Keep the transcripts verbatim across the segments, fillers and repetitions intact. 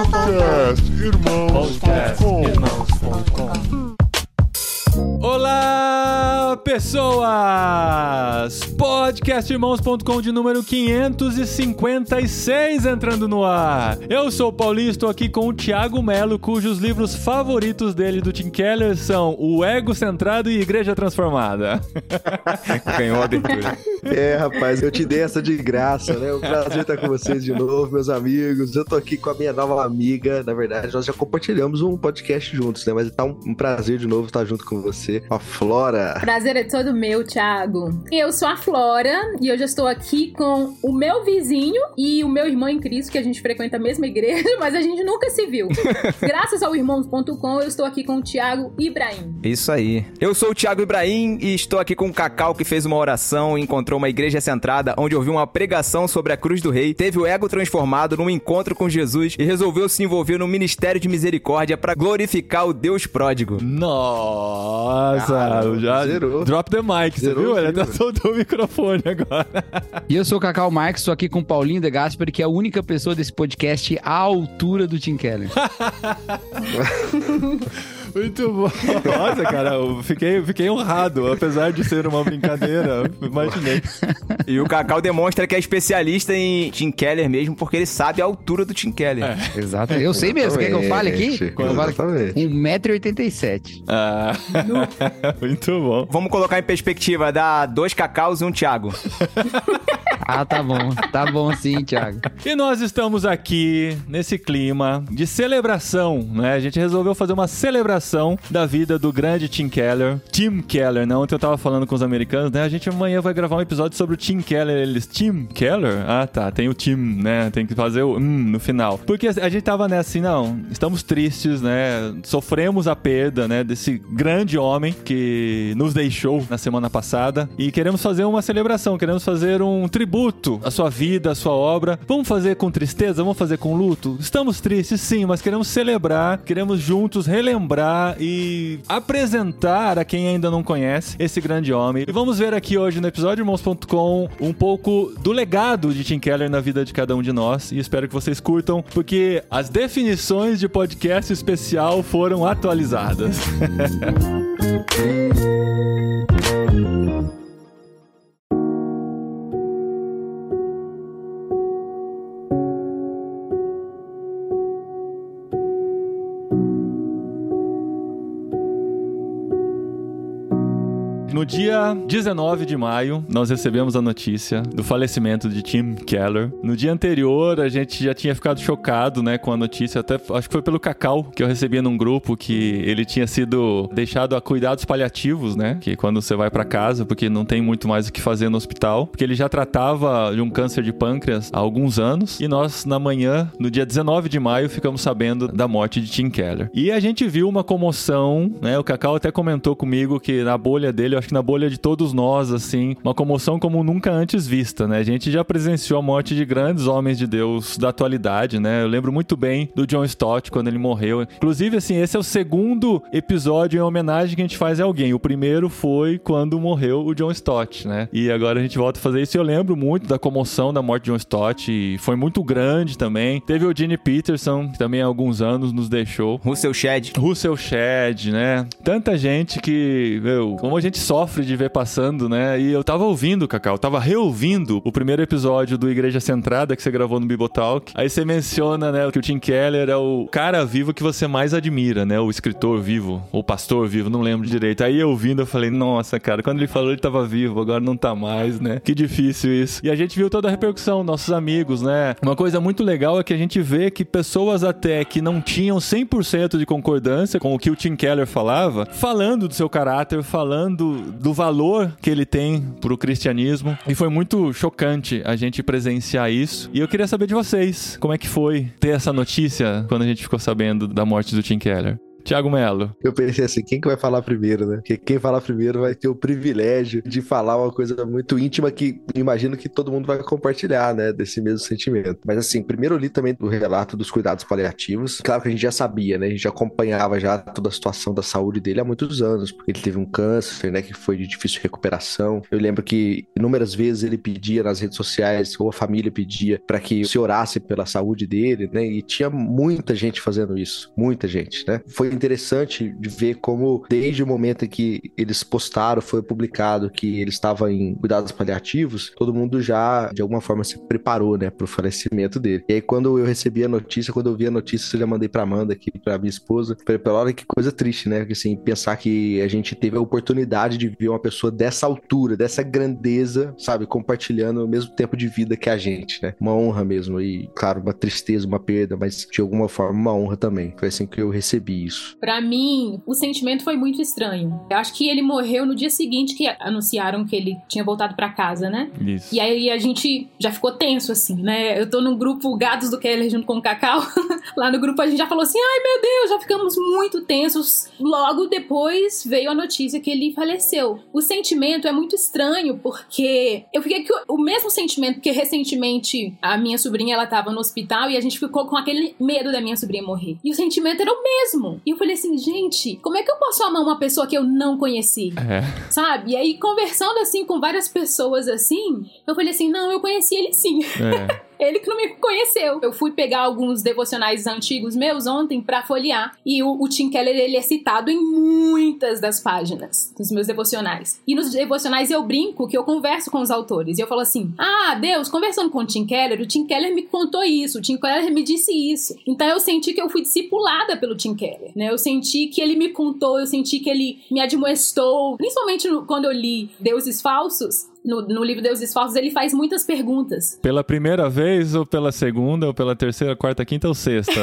Podcast Irmãos ponto com. Olá, pessoas! podcast irmãos ponto com de número quinhentos e cinquenta e seis entrando no ar. Eu sou o Paulinho, estou aqui com o Thiago Melo, cujos livros favoritos dele do Tim Keller são O Ego Centrado e Igreja Transformada. Ganhou a abertura. É, rapaz, eu te dei essa de graça, né? É um prazer estar com vocês de novo, meus amigos. Eu tô aqui com a minha nova amiga. Na verdade, nós já compartilhamos um podcast juntos, né? Mas tá um, um prazer de novo estar junto com você, a Flora. Prazer é todo meu, Thiago. Eu sou a Flora e hoje eu estou aqui com o meu vizinho e o meu irmão em Cristo, que a gente frequenta a mesma igreja, mas a gente nunca se viu. Graças ao irmãos ponto com, eu estou aqui com o Thiago Ibrahim. Isso aí. Eu sou o Thiago Ibrahim e estou aqui com o Cacau, que fez uma oração e encontrou uma igreja centrada, onde ouviu uma pregação sobre a cruz do rei, teve o ego transformado num encontro com Jesus e resolveu se envolver no ministério de misericórdia para glorificar o Deus pródigo. Nossa, Cara, já zerou. drop the mic, você Zerou, viu? Ele até zerou. soltou o microfone agora. E eu sou o Cacau Marques, estou aqui com o Paulinho De Gasperi, que é a única pessoa desse podcast à altura do Tim Keller. Muito bom. Nossa, cara, eu fiquei, fiquei honrado, apesar de ser uma brincadeira, imaginei. E o Cacau demonstra que é especialista em Tim Keller mesmo, porque ele sabe a altura do Tim Keller. É. Exato. Eu sei mesmo. Quer que eu fale aqui? Exatamente. Eu falo Exatamente. um metro e oitenta e sete. Ah, muito bom. Vamos colocar em perspectiva, dá dois Cacaus e um Thiago. Ah, tá bom. Tá bom sim, Thiago. E nós estamos aqui nesse clima de celebração, né? A gente resolveu fazer uma celebração da vida do grande Tim Keller. Tim Keller, não? Ontem eu tava falando com os americanos, né? A gente amanhã vai gravar um episódio sobre o Tim Keller. Eles, Tim Keller? Ah, tá. Tem o Tim, né? Tem que fazer o hum no final. Porque a gente tava nessa assim, não, estamos tristes, né? Sofremos a perda, né? Desse grande homem que nos deixou na semana passada. E queremos fazer uma celebração, queremos fazer um tributo à sua vida, à sua obra. Vamos fazer com tristeza? Vamos fazer com luto? Estamos tristes, sim, mas queremos celebrar, queremos juntos relembrar e apresentar a quem ainda não conhece esse grande homem. E vamos ver aqui hoje no episódio irmãos ponto com um pouco do legado de Tim Keller na vida de cada um de nós. E espero que vocês curtam, porque as definições de podcast especial foram atualizadas. No dia dezenove de maio, nós recebemos a notícia do falecimento de Tim Keller. No dia anterior, a gente já tinha ficado chocado, né, com a notícia. Até acho que foi pelo Cacau que eu recebia num grupo que ele tinha sido deixado a cuidados paliativos, né, que quando você vai pra casa, porque não tem muito mais o que fazer no hospital, porque ele já tratava de um câncer de pâncreas há alguns anos. E nós, na manhã, no dia dezenove de maio, ficamos sabendo da morte de Tim Keller. E a gente viu uma comoção, né, o Cacau até comentou comigo que na bolha dele, eu acho que na bolha de todos nós, assim, uma comoção como nunca antes vista, né? A gente já presenciou a morte de grandes homens de Deus da atualidade, né? Eu lembro muito bem do John Stott quando ele morreu. Inclusive, assim, esse é o segundo episódio em homenagem que a gente faz a alguém. O primeiro foi quando morreu o John Stott, né? E agora a gente volta a fazer isso. E eu lembro muito da comoção da morte de John Stott, e foi muito grande também. Teve o Gene Peterson, que também há alguns anos nos deixou. Russell Shedd. Russell Shedd, né? Tanta gente que, meu, como a gente sofre de ver passando, né? E eu tava ouvindo, Cacau, eu tava reouvindo o primeiro episódio do Igreja Centrada que você gravou no Bibotalk. Aí você menciona, né, que o Tim Keller é o cara vivo que você mais admira, né? O escritor vivo, o pastor vivo, não lembro direito. Aí eu ouvindo, eu falei, nossa, cara, quando ele falou ele tava vivo, agora não tá mais, né? Que difícil isso. E a gente viu toda a repercussão, nossos amigos, né? Uma coisa muito legal é que a gente vê que pessoas até que não tinham cem por cento de concordância com o que o Tim Keller falava, falando do seu caráter, falando do valor que ele tem pro cristianismo. E foi muito chocante a gente presenciar isso. E eu queria saber de vocês, como é que foi ter essa notícia quando a gente ficou sabendo da morte do Tim Keller? Tiago Melo. Eu pensei assim, quem que vai falar primeiro, né? Porque quem falar primeiro vai ter o privilégio de falar uma coisa muito íntima que imagino que todo mundo vai compartilhar, né? Desse mesmo sentimento. Mas assim, primeiro eu li também o relato dos cuidados paliativos. Claro que a gente já sabia, né? A gente já acompanhava já toda a situação da saúde dele há muitos anos, porque ele teve um câncer, né? Que foi de difícil recuperação. Eu lembro que inúmeras vezes ele pedia nas redes sociais, ou a família pedia, para que se orasse pela saúde dele, né? E tinha muita gente fazendo isso. Muita gente, né? Foi interessante de ver como, desde o momento em que eles postaram, foi publicado que ele estava em cuidados paliativos, todo mundo já, de alguma forma, se preparou, né, pro falecimento dele. E aí, quando eu recebi a notícia, quando eu vi a notícia, eu já mandei pra Amanda aqui, pra minha esposa, falei pra ela, olha que coisa triste, né, porque assim, pensar que a gente teve a oportunidade de ver uma pessoa dessa altura, dessa grandeza, sabe, compartilhando o mesmo tempo de vida que a gente, né, uma honra mesmo, e claro, uma tristeza, uma perda, mas de alguma forma uma honra também. Foi assim que eu recebi isso. Pra mim, o sentimento foi muito estranho. Eu acho que ele morreu no dia seguinte que anunciaram que ele tinha voltado pra casa, né? Isso. E aí a gente já ficou tenso, assim, né? Eu tô num grupo Gados do Keller junto com o Cacau. Lá no grupo a gente já falou assim, ai meu Deus, já ficamos muito tensos. Logo depois veio a notícia que ele faleceu. O sentimento é muito estranho, porque eu fiquei com o mesmo sentimento, porque recentemente a minha sobrinha, ela tava no hospital e a gente ficou com aquele medo da minha sobrinha morrer. E o sentimento era o mesmo. E eu falei assim, gente, como é que eu posso amar uma pessoa que eu não conheci? É. Sabe? E aí, conversando assim com várias pessoas assim, eu falei assim, não, eu conheci ele sim. É. Ele que não me conheceu. Eu fui pegar alguns devocionais antigos meus ontem pra folhear. E o, o Tim Keller, ele é citado em muitas das páginas dos meus devocionais. E nos devocionais eu brinco que eu converso com os autores. E eu falo assim, ah, Deus, conversando com o Tim Keller, o Tim Keller me contou isso, o Tim Keller me disse isso. Então eu senti que eu fui discipulada pelo Tim Keller, né? Eu senti que ele me contou, eu senti que ele me admoestou. Principalmente quando eu li Deuses Falsos, No, no livro Deuses Falsos, ele faz muitas perguntas. Pela primeira vez, ou pela segunda, ou pela terceira, quarta, quinta ou sexta?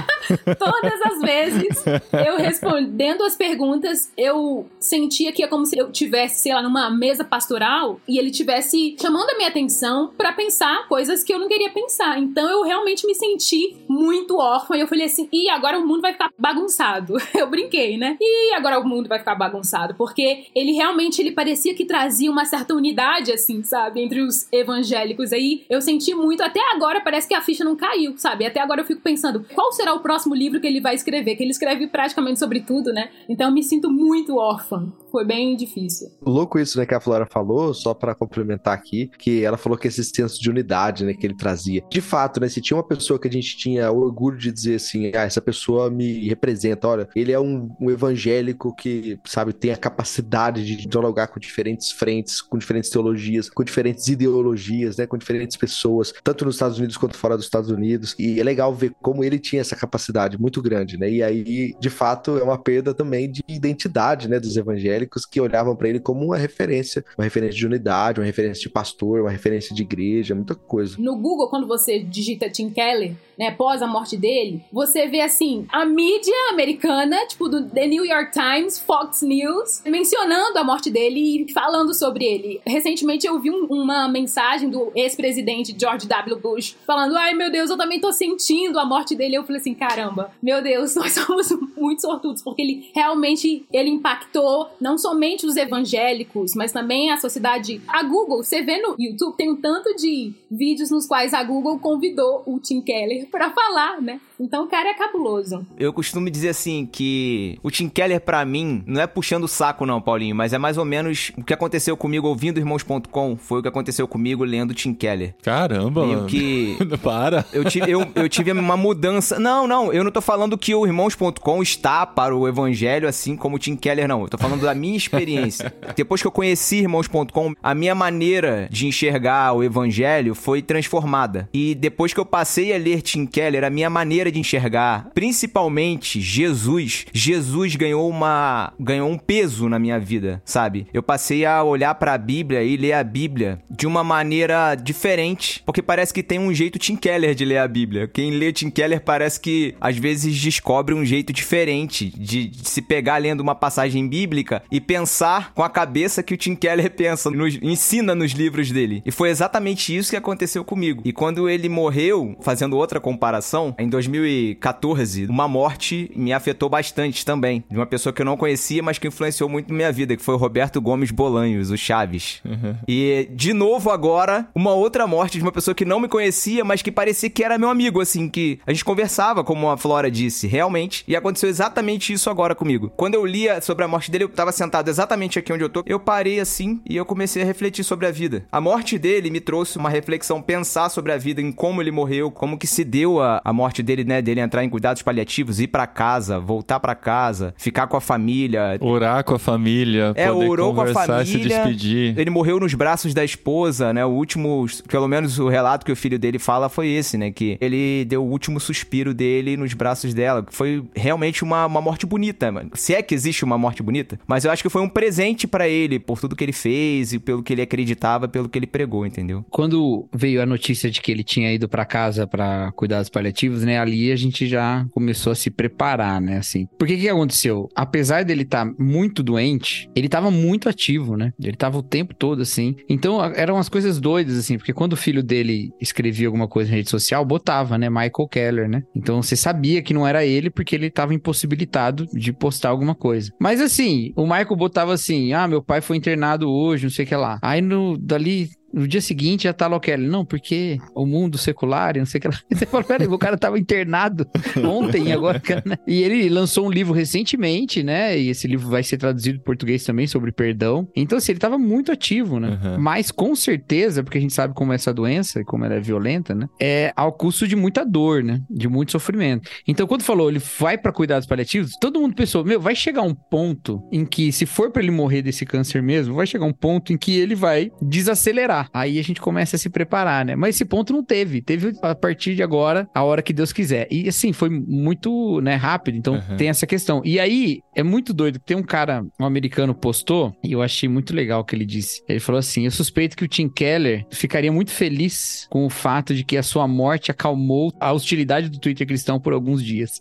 Todas as vezes, eu respondendo as perguntas, eu sentia que é como se eu tivesse, sei lá, numa mesa pastoral e ele tivesse chamando a minha atenção pra pensar coisas que eu não queria pensar. Então eu realmente me senti muito órfã e eu falei assim, e agora o mundo vai ficar bagunçado. Eu brinquei, né? E agora o mundo vai ficar bagunçado, porque ele realmente, ele parecia que trazia uma certa unidade, assim, sabe, entre os evangélicos. Aí eu senti muito, até agora parece que a ficha não caiu, sabe, até agora eu fico pensando, qual será o próximo livro que ele vai escrever, que ele escreve praticamente sobre tudo, né, então eu me sinto muito órfã, foi bem difícil. Louco isso, né, que a Flora falou, só pra complementar aqui, que ela falou que esse senso de unidade, né, que ele trazia, de fato, né, se tinha uma pessoa que a gente tinha orgulho de dizer assim, ah, essa pessoa me representa, olha, ele é um, um evangélico que, sabe, tem a capacidade de dialogar com diferentes frentes, com diferentes teologias, com diferentes ideologias, né, com diferentes pessoas, tanto nos Estados Unidos quanto fora dos Estados Unidos, e é legal ver como ele tinha essa capacidade muito grande, né, e aí, de fato, é uma perda também de identidade, né, dos evangélicos, que olhavam para ele como uma referência, uma referência de unidade, uma referência de pastor, uma referência de igreja, muita coisa. No Google, quando você digita Tim Keller, né, após a morte dele, você vê assim, a mídia americana, tipo do The New York Times, Fox News, mencionando a morte dele e falando sobre ele. Recentemente eu vi um, uma mensagem do ex-presidente George W. Bush falando, ai meu Deus, eu também tô sentindo a morte dele. Eu falei assim, caramba, meu Deus, nós somos muito sortudos, porque ele realmente, ele impactou não somente os evangélicos, mas também a sociedade. A Google, você vê no YouTube, tem um tanto de vídeos nos quais a Google convidou o Tim Keller pra falar, né? Então o cara é cabuloso. Eu costumo dizer assim que o Tim Keller pra mim não é puxando o saco não, Paulinho, mas é mais ou menos o que aconteceu comigo ouvindo irmãos ponto com, foi o que aconteceu comigo lendo Tim Keller. Caramba, meio mano. Que Para. Eu tive, eu, eu tive uma mudança. Não, não, eu não tô falando que o irmãos ponto com está para o evangelho assim como o Tim Keller, não. Eu tô falando da minha experiência. Depois que eu conheci irmãos ponto com, a minha maneira de enxergar o evangelho foi transformada. E depois que eu passei a ler Tim Keller, a minha maneira de enxergar, principalmente Jesus, Jesus ganhou uma ganhou um peso na minha vida, sabe? Eu passei a olhar pra Bíblia e ler a Bíblia de uma maneira diferente, porque parece que tem um jeito Tim Keller de ler a Bíblia. Quem lê Tim Keller parece que às vezes descobre um jeito diferente de, de se pegar lendo uma passagem bíblica e pensar com a cabeça que o Tim Keller pensa, nos, ensina nos livros dele. E foi exatamente isso que aconteceu comigo. E quando ele morreu, fazendo outra comparação, oração, em dois mil e quatorze, uma morte me afetou bastante também. De uma pessoa que eu não conhecia, mas que influenciou muito na minha vida, que foi o Roberto Gomes Bolanhos, o Chaves. Uhum. E, de novo agora, uma outra morte de uma pessoa que não me conhecia, mas que parecia que era meu amigo, assim, que a gente conversava, como a Flora disse, realmente. E aconteceu exatamente isso agora comigo. Quando eu lia sobre a morte dele, eu tava sentado exatamente aqui onde eu tô, eu parei assim e eu comecei a refletir sobre a vida. A morte dele me trouxe uma reflexão, pensar sobre a vida, em como ele morreu, como que se deu a, a morte dele, né, dele entrar em cuidados paliativos, ir pra casa, voltar pra casa, ficar com a família. Orar com a família, é, poder orou conversar, com a família, se despedir. Ele morreu nos braços da esposa, né, o último, pelo menos o relato que o filho dele fala foi esse, né, que ele deu o último suspiro dele nos braços dela, que foi realmente uma, uma morte bonita, mano. Se é que existe uma morte bonita, mas eu acho que foi um presente pra ele, por tudo que ele fez e pelo que ele acreditava, pelo que ele pregou, entendeu? Quando veio a notícia de que ele tinha ido pra casa pra cuidados paliativos, né, ali a gente já começou a se preparar, né, assim. Porque o que aconteceu? Apesar dele estar muito doente, ele tava muito ativo, né? Ele tava o tempo todo, assim. Então, eram umas coisas doidas, assim, porque quando o filho dele escrevia alguma coisa na rede social, botava, né, Michael Keller, né? Então, você sabia que não era ele porque ele tava impossibilitado de postar alguma coisa. Mas, assim, o Michael botava assim, ah, meu pai foi internado hoje, não sei o que lá. Aí, no, dali... No dia seguinte já tá lá o Kelly. Não, porque o mundo secular, não sei o que lá. Você fala, peraí, o cara tava internado ontem, agora, cara, né? E ele lançou um livro recentemente, né? E esse livro vai ser traduzido em português também, sobre perdão. Então, assim, ele tava muito ativo, né? Uhum. Mas, com certeza, porque a gente sabe como é essa doença e como ela é violenta, né? É ao custo de muita dor, né? De muito sofrimento. Então, quando falou, ele vai pra cuidados paliativos, todo mundo pensou, meu, vai chegar um ponto em que, se for pra ele morrer desse câncer mesmo, vai chegar um ponto em que ele vai desacelerar. Aí a gente começa a se preparar, né? Mas esse ponto não teve. Teve a partir de agora, a hora que Deus quiser. E assim, foi muito, né, rápido. Então uhum. tem essa questão. E aí, é muito doido. Tem um cara, um americano postou, e eu achei muito legal o que ele disse. Ele falou assim, eu suspeito que o Tim Keller ficaria muito feliz com o fato de que a sua morte acalmou a hostilidade do Twitter cristão por alguns dias.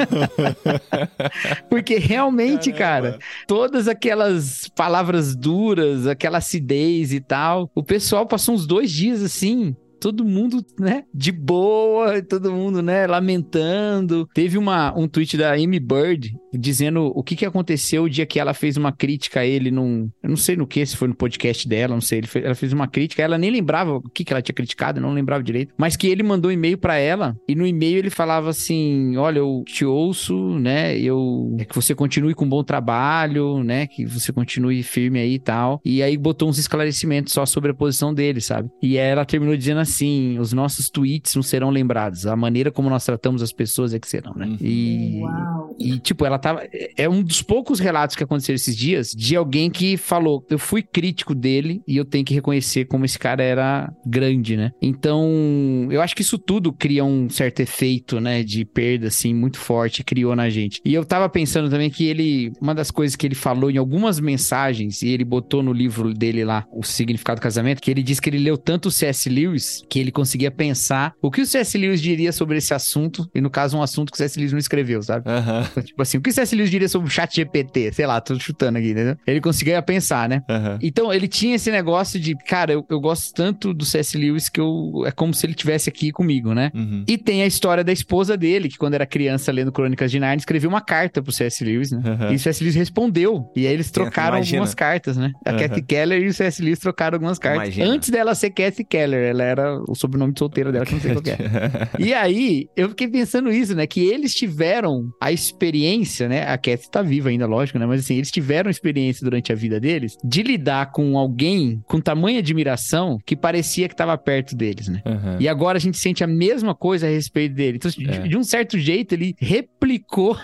Porque realmente, Caramba. cara, todas aquelas palavras duras, aquela acidez e tal, o pessoal passou uns dois dias assim, todo mundo, né, de boa, todo mundo, né, lamentando. Teve uma, um tweet da Amy Bird dizendo o que que aconteceu o dia que ela fez uma crítica a ele num... Eu não sei no que, se foi no podcast dela, não sei. Ele fez, ela fez uma crítica, ela nem lembrava o que que ela tinha criticado, não lembrava direito. Mas que ele mandou um e-mail pra ela, e no e-mail ele falava assim, olha, eu te ouço, né, eu... que você continue com um bom trabalho, né, que você continue firme aí e tal. E aí botou uns esclarecimentos só sobre a posição dele, sabe? E ela terminou dizendo assim, assim, os nossos tweets não serão lembrados, a maneira como nós tratamos as pessoas é que serão, né? E, e tipo, ela tava... É um dos poucos relatos que aconteceram esses dias de alguém que falou, eu fui crítico dele e eu tenho que reconhecer como esse cara era grande, né? Então, eu acho que isso tudo cria um certo efeito, né, de perda, assim, muito forte, criou na gente. E eu tava pensando também que ele... Uma das coisas que ele falou em algumas mensagens, e ele botou no livro dele lá, O Significado do Casamento, que ele disse que ele leu tanto o C S. Lewis que ele conseguia pensar o que o C S. Lewis diria sobre esse assunto, e no caso um assunto que o C S. Lewis não escreveu, sabe? Uhum. Então, tipo assim, o que o C S. Lewis diria sobre o chat G P T? Sei lá, tô chutando aqui, entendeu? Ele conseguia pensar, né? Uhum. Então, ele tinha esse negócio de, cara, eu, eu gosto tanto do C S. Lewis que eu, é como se ele estivesse aqui comigo, né? Uhum. E tem a história da esposa dele, que quando era criança lendo Crônicas de Nárnia, escreveu uma carta pro C S. Lewis, né? Uhum. E o C S. Lewis respondeu. E aí eles trocaram Imagina. algumas cartas, né? A uhum. Kathy Keller e o C S. Lewis trocaram algumas cartas. Imagina. Antes dela ser Kathy Keller, ela era o sobrenome de solteira dela, que não sei qual que é. E aí, eu fiquei pensando isso, né? Que eles tiveram a experiência, né? A Kathy tá viva ainda, lógico, né? Mas assim, eles tiveram experiência durante a vida deles de lidar com alguém com tamanha admiração que parecia que tava perto deles, né? Uhum. E agora a gente sente a mesma coisa a respeito dele. Então, é. de, de um certo jeito, ele replicou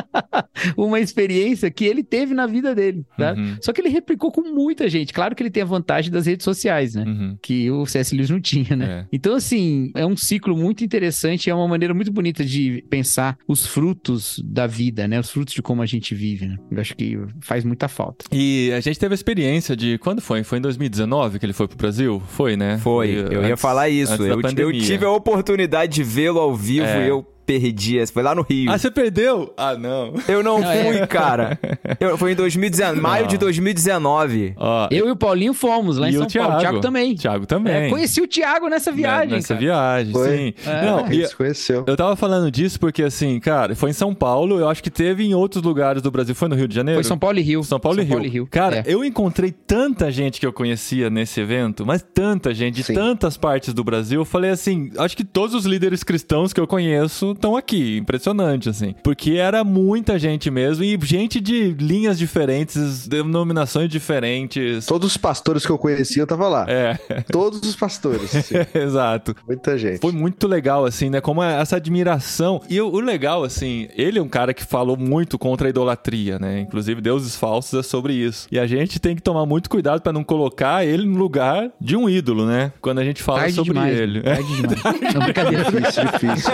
uma experiência que ele teve na vida dele, tá? Uhum. Só que ele replicou com muita gente. Claro que ele tem a vantagem das redes sociais, né? Uhum. Que o C S. Lewis não tinha, né? É. Então, assim, é um ciclo muito interessante, é uma maneira muito bonita de pensar os frutos da vida, né? Os frutos de como a gente vive, né? Eu acho que faz muita falta. E a gente teve a experiência de... Quando foi? Foi em dois mil e dezenove que ele foi pro Brasil? Foi, né? Foi. E, eu antes, ia falar isso. Eu, eu tive a oportunidade de vê-lo ao vivo é. e eu... perdi. Foi lá no Rio. Ah, você perdeu? Ah, não. Eu não Não, fui, é. cara. Eu, foi em dois mil e dezenove, maio de dois mil e dezenove. Ó, Eu e o Paulinho fomos lá em e São o Thiago. Paulo. O Thiago também. Thiago também. É, conheci o Thiago nessa viagem, Nessa cara. viagem, Foi. sim. É. Não, A e gente se conheceu. eu tava falando disso porque, assim, cara, foi em São Paulo, eu acho que teve em outros lugares do Brasil. Foi no Rio de Janeiro? Foi São Paulo e Rio. São Paulo, e, Rio. Cara, É. eu encontrei tanta gente que eu conhecia nesse evento, mas tanta gente de Sim. tantas partes do Brasil. Eu falei assim, acho que todos os líderes cristãos que eu conheço estão aqui. Impressionante, assim. Porque era muita gente mesmo e gente de linhas diferentes, denominações diferentes. Todos os pastores que eu conhecia, eu tava lá. É, Todos os pastores. assim. exato. Muita gente. Foi muito legal, assim, né? Como essa admiração. E o, o legal, assim, ele é um cara que falou muito contra a idolatria, né? Inclusive, deuses falsos é sobre isso. E a gente tem que tomar muito cuidado pra não colocar ele no lugar de um ídolo, né? Quando a gente fala Tarde sobre demais, ele. Tarde demais. Não, brincadeira. Difícil, difícil.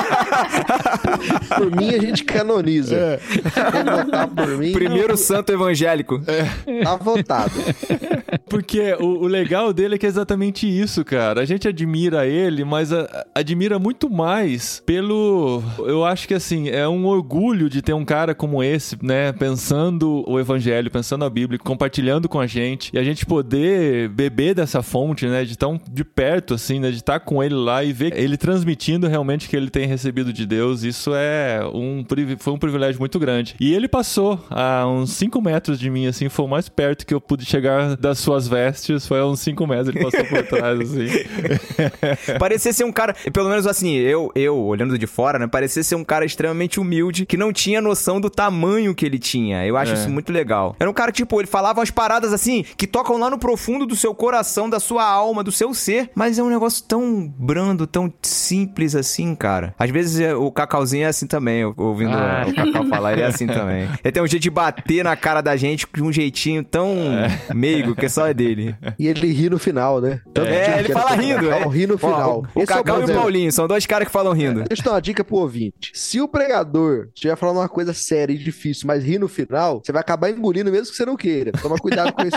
Por mim, a gente canoniza. É. Se for votar por mim, Primeiro santo evangélico. tá votado. Porque o, o legal dele é que é exatamente isso, cara. A gente admira ele, mas a- a- admira muito mais pelo... Eu acho que, assim, é um orgulho de ter um cara como esse, né? Pensando o evangelho, pensando a Bíblia, compartilhando com a gente. E a gente poder beber dessa fonte, né? De tão de perto, assim, né? De estar com ele lá e ver ele transmitindo realmente o que ele tem recebido de Deus. Isso é um, privi- foi um privilégio muito grande. E ele passou a uns cinco metros de mim, assim. Foi o mais perto que eu pude chegar das suas vestes. Foi a uns cinco metros. Ele passou por trás, assim. Parecia ser um cara, pelo menos assim, eu, eu olhando de fora, né? Parecia ser um cara extremamente humilde, que não tinha noção do tamanho que ele tinha. Eu acho É. isso muito legal. Era um cara, tipo, ele falava umas paradas assim, que tocam lá no profundo do seu coração, da sua alma, do seu ser, mas é um negócio tão brando, tão simples assim, cara. Às vezes é, o Cacauzinho é assim também, eu- ouvindo Ah. o Cacau falar, ele é assim também. Ele tem um jeito de bater na cara da gente de um jeitinho tão meigo, que só é dele. E ele ri no final, né? Tanto É, que ele quer fala que rindo, Cacau é. ri no Ó, final. o Esse é Cacau e o problema. Paulinho, são dois caras que falam rindo. Deixa eu dar uma dica pro ouvinte. Se o pregador estiver falando uma coisa séria e difícil, mas ri no final, você vai acabar engolindo mesmo que você não queira. Toma cuidado com isso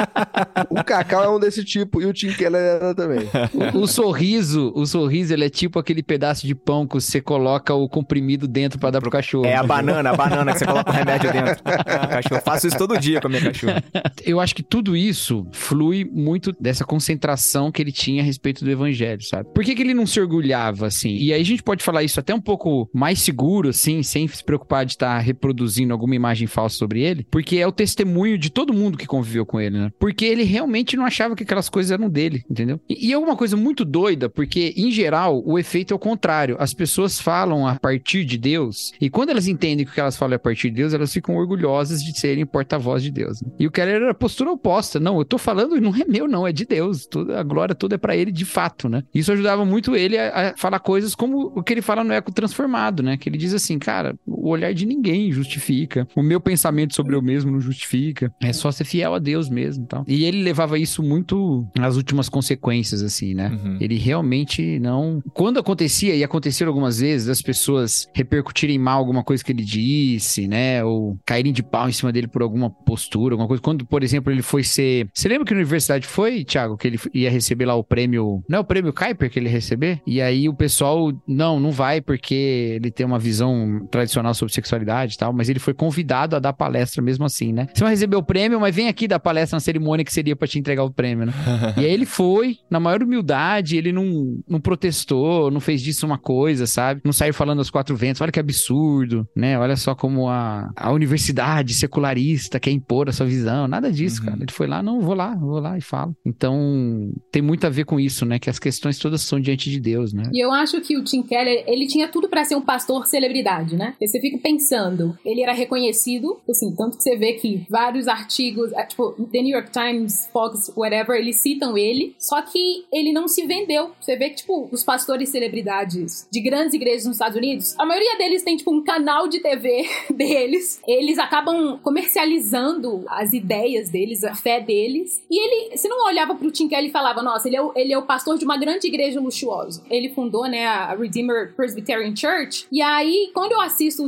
aí. O Cacau é um desse tipo e o Tim Keller era também. O, o sorriso, o sorriso, ele é tipo aquele pedaço de pão que você coloca o comprimido dentro pra dar pro cachorro. É a banana, a banana que você coloca o remédio dentro. Cachorro. Eu faço isso todo dia com a minha cachorra. Eu acho que tudo isso flui muito dessa concentração que ele tinha a respeito do evangelho, sabe? Por que que ele não se orgulhava, assim? E aí a gente pode falar isso até um pouco mais seguro, assim, sem se preocupar de estar reproduzindo alguma imagem falsa sobre ele, porque é o testemunho de todo mundo que conviveu com ele, né? Porque ele realmente não achava que aquelas coisas eram dele, entendeu? E, e é uma coisa muito doida, porque, em geral, o efeito é o contrário. As pessoas falam a partir de Deus, e quando elas entendem que o que elas falam é a partir de Deus, elas ficam orgulhosas de serem porta-voz de Deus, né? E o Keller era a postura oposta. Não, eu tô falando e não é meu, não, é de Deus. Toda, a glória toda é pra ele de fato, né? Isso ajudava muito ele a, a falar coisas como o que ele fala no Eco Transformado, né? Que ele diz assim, cara, o olhar de ninguém justifica. O meu pensamento sobre eu mesmo não justifica. É só ser fiel a Deus mesmo e tal. E ele levava isso muito às últimas consequências, assim, né? Uhum. Ele realmente não... Quando acontecia, e aconteceu algumas vezes, as pessoas repercutirem mal alguma coisa que ele disse, né? Ou caírem de pau em cima dele por alguma postura, alguma coisa. Quando, por exemplo, ele foi ser... Você lembra que universidade foi, Thiago? Que ele ia receber lá o prêmio... Não é o prêmio Kuiper que ele ia receber? E aí o pessoal... Não, não vai porque ele tem uma visão tradicional sobre sexualidade e tal, mas ele foi convidado a dar palestra mesmo assim, né? Você vai receber o prêmio, mas vem aqui dar palestra na cerimônia que seria pra te entregar o prêmio, né? E aí ele foi, na maior humildade, ele não, não protestou, não fez disso uma coisa, sabe? Não saiu falando aos quatro ventos, olha que absurdo, né? Olha só como a, a universidade secularista quer impor a sua visão, nada disso, Uhum. cara. Ele foi lá, não, vou lá, vou lá e falo. Então, tem muito a ver com isso, né? Que as questões todas são diante de Deus, né? E eu acho que o Tim Keller, ele tinha tudo pra ser um pastor celebridade, né? E você fica pensando, ele era reconhecido, assim, tanto que você vê que vários artigos, é, tipo, The New York Times, Fox, whatever, eles citam ele, só que ele não se vendeu. Você vê que, tipo, os pastores celebridades de grandes igrejas nos Estados Unidos, a maioria deles tem, tipo, um canal de T V deles, eles acabam comercializando as ideias deles, a fé deles, e ele, você não olhava pro Tim Keller e falava, nossa, ele é, o, ele é o pastor de uma grande igreja luxuosa. Ele fundou, né, a Redeemer Presbyterian Church, e aí, quando eu assisto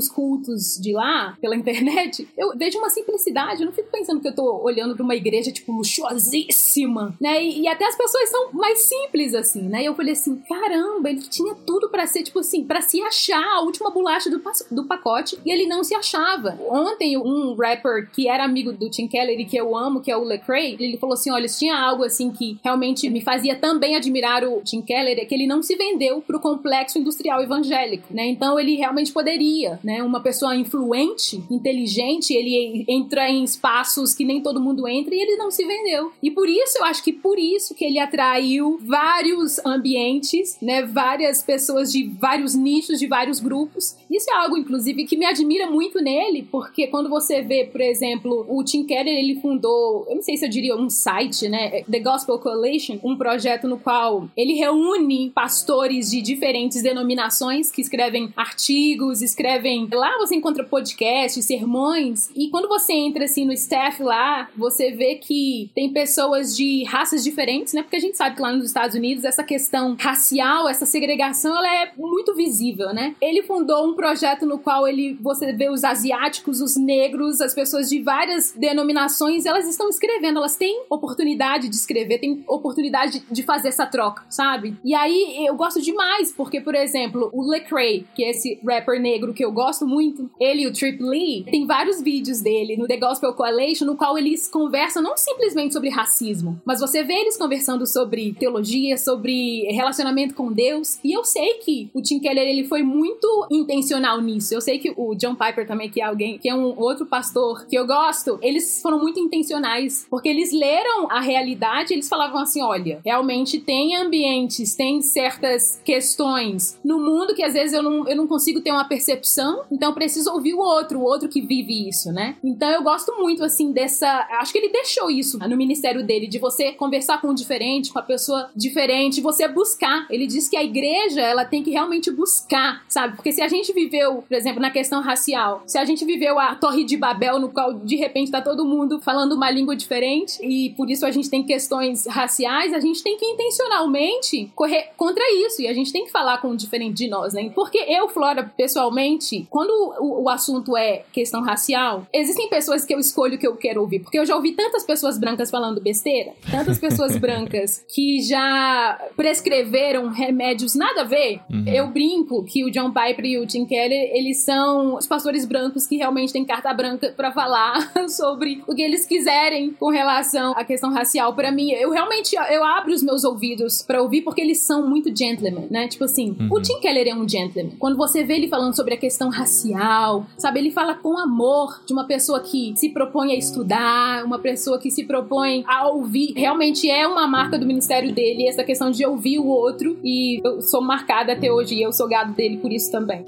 os cultos de lá, pela internet, eu vejo uma simplicidade, eu não fico pensando que eu tô olhando pra uma igreja, tipo, luxuosíssima, né? E, e até as pessoas são mais simples, assim, né? E eu falei assim, caramba, ele tinha tudo pra ser, tipo assim, pra se achar a última bolacha do, do pacote, e ele não se achava. Ontem, um rapper que era amigo do Tim Keller e que eu amo, que é o Lecrae, ele falou assim, olha, se tinha algo, assim, que realmente me fazia também admirar o Tim Keller, é que ele não se vendeu pro complexo industrial evangélico, né? Então, ele realmente poderia, né? Uma pessoa influente, inteligente, ele entra em espaços que nem todo mundo entra e ele não se vendeu. E por isso, eu acho que por isso que ele atraiu vários ambientes, né? Várias pessoas de vários nichos, de vários grupos. Isso é algo, inclusive, que me admira muito nele, porque quando você vê, por exemplo, o Tim Keller, ele fundou, eu não sei se eu diria um site, né? The Gospel Coalition, um projeto no qual ele reúne pastores de diferentes denominações que escrevem artigos, escrevem... Lá você encontra podcasts, sermões, e quando você entra, assim, no staff lá, você vê que tem pessoas de raças diferentes, né? Porque a gente sabe que lá nos Estados Unidos essa questão racial, essa segregação, ela é muito visível, né? Ele fundou um projeto no qual ele, você vê os asiáticos, os negros, as pessoas de várias denominações, elas estão escrevendo, elas têm oportunidade de escrever, têm oportunidade de fazer essa troca, sabe? E aí eu gosto demais, porque, por exemplo, o Lecrae, que é esse rapper negro que eu gosto muito, ele e o Trip Lee, tem vários vídeos dele no The Gospel Coalition, no qual eles conversam não simplesmente sobre racismo, mas você vê eles conversando sobre teologia, sobre relacionamento com Deus, e eu sei que o Tim Keller, ele foi muito intencional nisso. Eu sei que o John Piper também, que é alguém, que é um outro pastor que eu gosto, eles foram muito intencionais, porque eles leram a realidade, eles falavam assim, olha, realmente tem ambientes, tem certas questões no mundo que às vezes eu não, eu não consigo ter uma percepção, então eu preciso ouvir o outro, o outro que vive isso, né? Então eu gosto muito, assim, dessa... Acho que ele deixou isso no ministério dele, de você conversar com o diferente, com a pessoa diferente, você buscar. Ele diz que a igreja, ela tem que realmente buscar, sabe? Porque se a gente viveu, por exemplo, na questão racial, se a gente viveu a Torre de Babel, no qual de repente tá todo mundo falando uma língua diferente, e por isso a gente tem questões raciais, a gente tem que intencionalmente correr contra isso, e a gente tem que falar com o diferente de nós, né? Porque eu, Flora, pessoalmente, quando o, o assunto é questão racial, existem pessoas que eu escolho que eu quero ouvir, porque eu já ouvi tantas pessoas brancas falando besteira, tantas pessoas brancas que já prescreveram remédios nada a ver. Uhum. Eu brinco que o John Piper e o Tim Keller, eles são os pastores brancos que realmente têm carta branca pra falar sobre o que eles quiserem com relação à questão racial. Pra mim, eu realmente, eu abro os meus ouvidos pra ouvir, porque eles são muito gentlemen, né? Tipo assim, uhum. O Tim Keller é um gentleman. Quando você vê ele falando sobre a questão racial, sabe? Ele fala com amor de uma pessoa que se propõe a estudar, uma pessoa que se propõe a ouvir. Realmente é uma marca do ministério dele, essa questão de ouvir o outro, e eu sou marcada até hoje, e eu sou gado dele por isso também.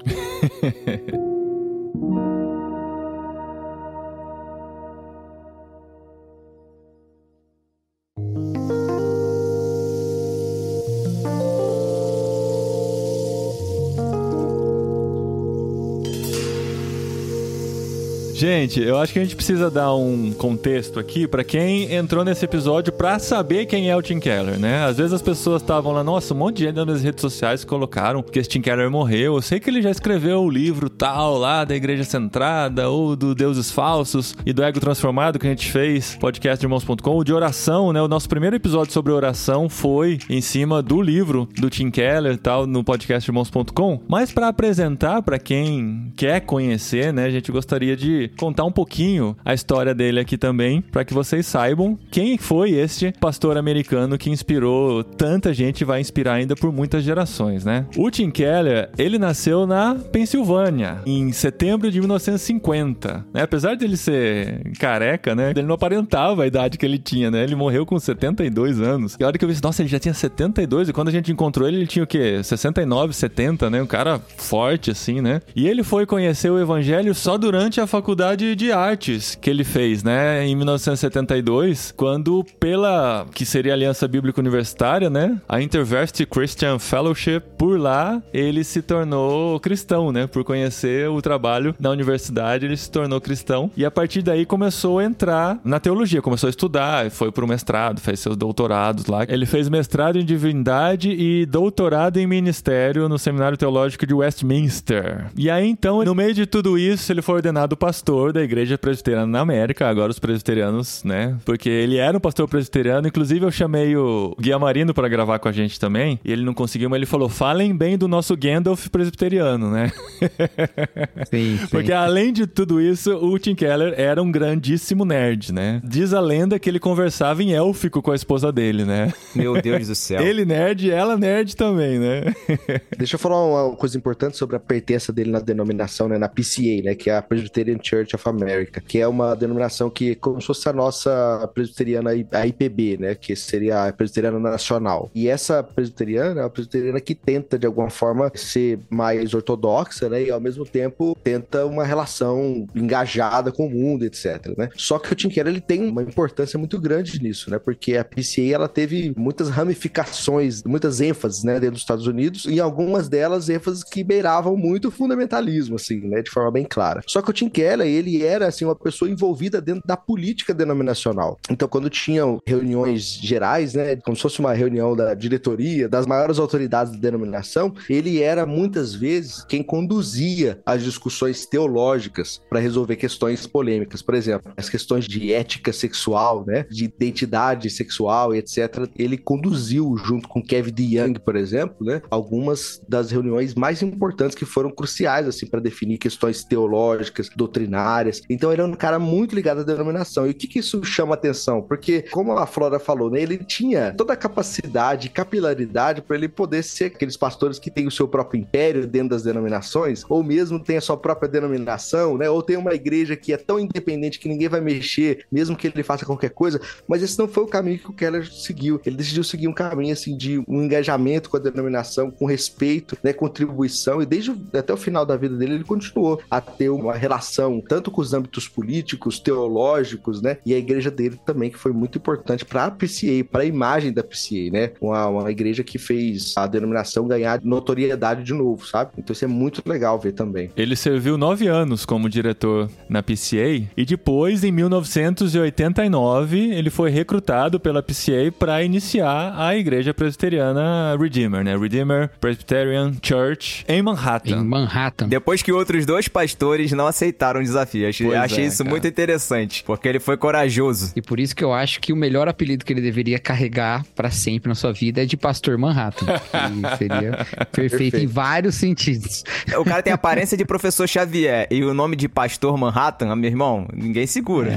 Gente, eu acho que a gente precisa dar um contexto aqui pra quem entrou nesse episódio pra saber quem é o Tim Keller, né? Às vezes as pessoas estavam lá, nossa, um monte de gente nas redes sociais colocaram que esse Tim Keller morreu. Eu sei que ele já escreveu o livro tal lá da Igreja Centrada, ou do Deuses Falsos e do Ego Transformado que a gente fez, podcast de irmãos ponto com, o de oração, né? O nosso primeiro episódio sobre oração foi em cima do livro do Tim Keller e tal, no podcast de irmãos ponto com. Mas pra apresentar pra quem quer conhecer, né, a gente gostaria de contar um pouquinho a história dele aqui também, para que vocês saibam quem foi este pastor americano que inspirou tanta gente e vai inspirar ainda por muitas gerações, né? O Tim Keller, ele nasceu na Pensilvânia, em setembro de mil novecentos e cinquenta, né? Apesar de ele ser careca, né? Ele não aparentava a idade que ele tinha, né? Ele morreu com setenta e dois anos. E a hora que eu vi, nossa, ele já tinha setenta e dois, e quando a gente encontrou ele, ele tinha o quê? sessenta e nove, setenta, né? Um cara forte, assim, né? E ele foi conhecer o evangelho só durante a faculdade faculdade de artes que ele fez, né, em mil novecentos e setenta e dois, quando pela, que seria a Aliança Bíblica Universitária, né, a InterVarsity Christian Fellowship, por lá ele se tornou cristão, né, por conhecer o trabalho na universidade, ele se tornou cristão, e a partir daí começou a entrar na teologia, começou a estudar, foi pro mestrado, fez seus doutorados lá. Ele fez mestrado em divindade e doutorado em ministério no Seminário Teológico de Westminster. E aí, então, no meio de tudo isso, ele foi ordenado pastor da Igreja Presbiteriana na América, agora os presbiterianos, né? Porque ele era um pastor presbiteriano, inclusive eu chamei o Gui Amarino para gravar com a gente também, e ele não conseguiu, mas ele falou, falem bem do nosso Gandalf presbiteriano, né? Sim, sim. Porque além de tudo isso, o Tim Keller era um grandíssimo nerd, né? Diz a lenda que ele conversava em élfico com a esposa dele, né? Meu Deus do céu. Ele nerd e ela nerd também, né? Deixa eu falar uma coisa importante sobre a pertença dele na denominação, né? Na P C A, né? Que é a Presbyterian Church of America, que é uma denominação que é como se fosse a nossa presbiteriana, a I P B, né? Que seria a Presbiteriana Nacional. E essa presbiteriana é uma presbiteriana que tenta, de alguma forma, ser mais ortodoxa, né? E, ao mesmo tempo, tenta uma relação engajada com o mundo, etcétera, né? Só que o Tim Keller, ele tem uma importância muito grande nisso, né? Porque a P C A, ela teve muitas ramificações, muitas ênfases, né? Dentro dos Estados Unidos, e algumas delas ênfases que beiravam muito o fundamentalismo, assim, né? De forma bem clara. Só que o Tim Keller, ele era, assim, uma pessoa envolvida dentro da política denominacional. Então, quando tinham reuniões gerais, né? Como se fosse uma reunião da diretoria, das maiores autoridades da denominação, ele era, muitas vezes, quem conduzia as discussões teológicas para resolver questões polêmicas. Por exemplo, as questões de ética sexual, né? De identidade sexual, etcétera. Ele conduziu, junto com Kevin DeYoung, por exemplo, né? Algumas das reuniões mais importantes que foram cruciais, assim, para definir questões teológicas, doutrinárias. Então, ele é um cara muito ligado à denominação. E o que que isso chama atenção? Porque, como a Flora falou, né? Ele tinha toda a capacidade, capilaridade para ele poder ser aqueles pastores que têm o seu próprio império dentro das denominações, ou mesmo tem a sua própria denominação, né? Ou tem uma igreja que é tão independente que ninguém vai mexer, mesmo que ele faça qualquer coisa. Mas esse não foi o caminho que o Keller seguiu. Ele decidiu seguir um caminho, assim, de um engajamento com a denominação, com respeito, né? Contribuição, e desde o, até o final da vida dele, ele continuou a ter uma relação tanto com os âmbitos políticos, teológicos, né? E a igreja dele também, que foi muito importante para a P C A, para a imagem da P C A, né? Uma, uma igreja que fez a denominação ganhar notoriedade de novo, sabe? Então isso é muito legal ver também. Ele serviu nove anos como diretor na P C A e depois, em mil novecentos e oitenta e nove, ele foi recrutado pela P C A para iniciar a igreja presbiteriana Redeemer, né? Redeemer Presbyterian Church em Manhattan. Em Manhattan. Depois que outros dois pastores não aceitaram o desafio. Achei, Pois achei é, isso cara. muito interessante, porque ele foi corajoso. E por isso que eu acho que o melhor apelido que ele deveria carregar pra sempre na sua vida é de Pastor Manhattan. Que seria perfeito em vários sentidos. O cara tem a aparência de professor Xavier e o nome de Pastor Manhattan, meu irmão, ninguém segura.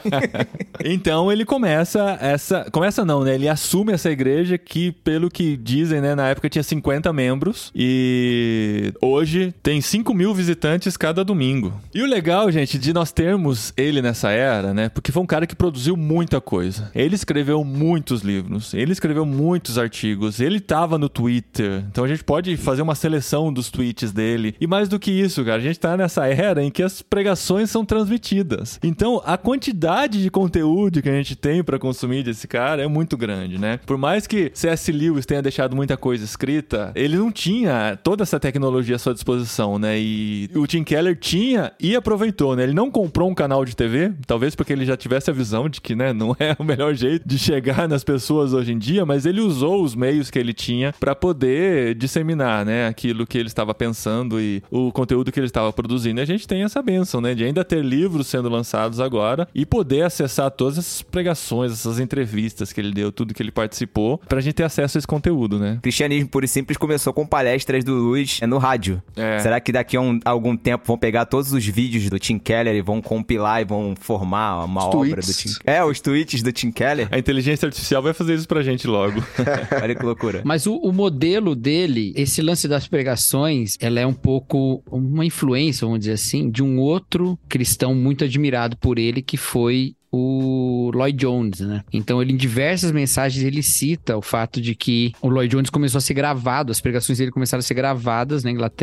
Então ele começa essa... Começa não, né? Ele assume essa igreja que, pelo que dizem, né? Na época tinha cinquenta membros e hoje tem cinco mil visitantes cada domingo. E o legal, gente, de nós termos ele nessa era, né? Porque foi um cara que produziu muita coisa. Ele escreveu muitos livros, ele escreveu muitos artigos, ele tava no Twitter. Então a gente pode fazer uma seleção dos tweets dele. E mais do que isso, cara, a gente tá nessa era em que as pregações são transmitidas. Então a quantidade de conteúdo que a gente tem pra consumir desse cara é muito grande, né? Por mais que C S. Lewis tenha deixado muita coisa escrita, ele não tinha toda essa tecnologia à sua disposição, né? E o Tim Keller tinha e aproveitou, né? Ele não comprou um canal de T V, talvez porque ele já tivesse a visão de que, né, não é o melhor jeito de chegar nas pessoas hoje em dia, mas ele usou os meios que ele tinha para poder disseminar, né, aquilo que ele estava pensando e o conteúdo que ele estava produzindo. E a gente tem essa bênção, né, de ainda ter livros sendo lançados agora e poder acessar todas essas pregações, essas entrevistas que ele deu, tudo que ele participou, pra gente ter acesso a esse conteúdo, né? Cristianismo Puro e Simples começou com palestras do Luiz no rádio. É. Será que daqui a um, algum tempo vão pegar todos os vídeos do Tim Keller e vão compilar e vão formar uma Os obra tweets. do Tim É, os tweets do Tim Keller. A inteligência artificial vai fazer isso pra gente logo. Olha que loucura. Mas o, o modelo dele, esse lance das pregações, ela é um pouco uma influência, vamos dizer assim, de um outro cristão muito admirado por ele, que foi o Lloyd Jones, né? Então ele, em diversas mensagens, ele cita o fato de que o Lloyd Jones começou a ser gravado, as pregações dele começaram a ser gravadas na Inglaterra,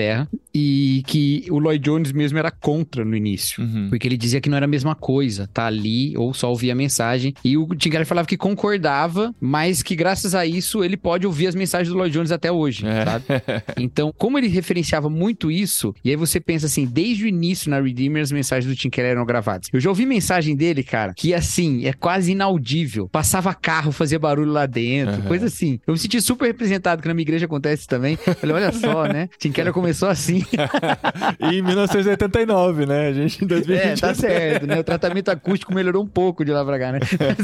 e que o Lloyd Jones mesmo era contra no início, Uhum. porque ele dizia que não era a mesma coisa, tá ali ou só ouvir a mensagem, e o Tim Keller falava que concordava, mas que graças a isso ele pode ouvir as mensagens do Lloyd Jones até hoje, É. sabe? Então, como ele referenciava muito isso, e aí você pensa assim, desde o início na Redeemer as mensagens do Tim Keller eram gravadas. Eu já ouvi mensagem dele, cara, que assim, é quase inaudível. Passava carro, fazia barulho lá dentro, Uhum. coisa assim. Eu me senti super representado, que na minha igreja acontece também. Falei, olha só, né? Tim Keller começou assim. E em mil novecentos e oitenta e nove, né? A gente em dois mil e vinte. É, tá certo, né? O tratamento acústico melhorou um pouco de lá pra cá, né?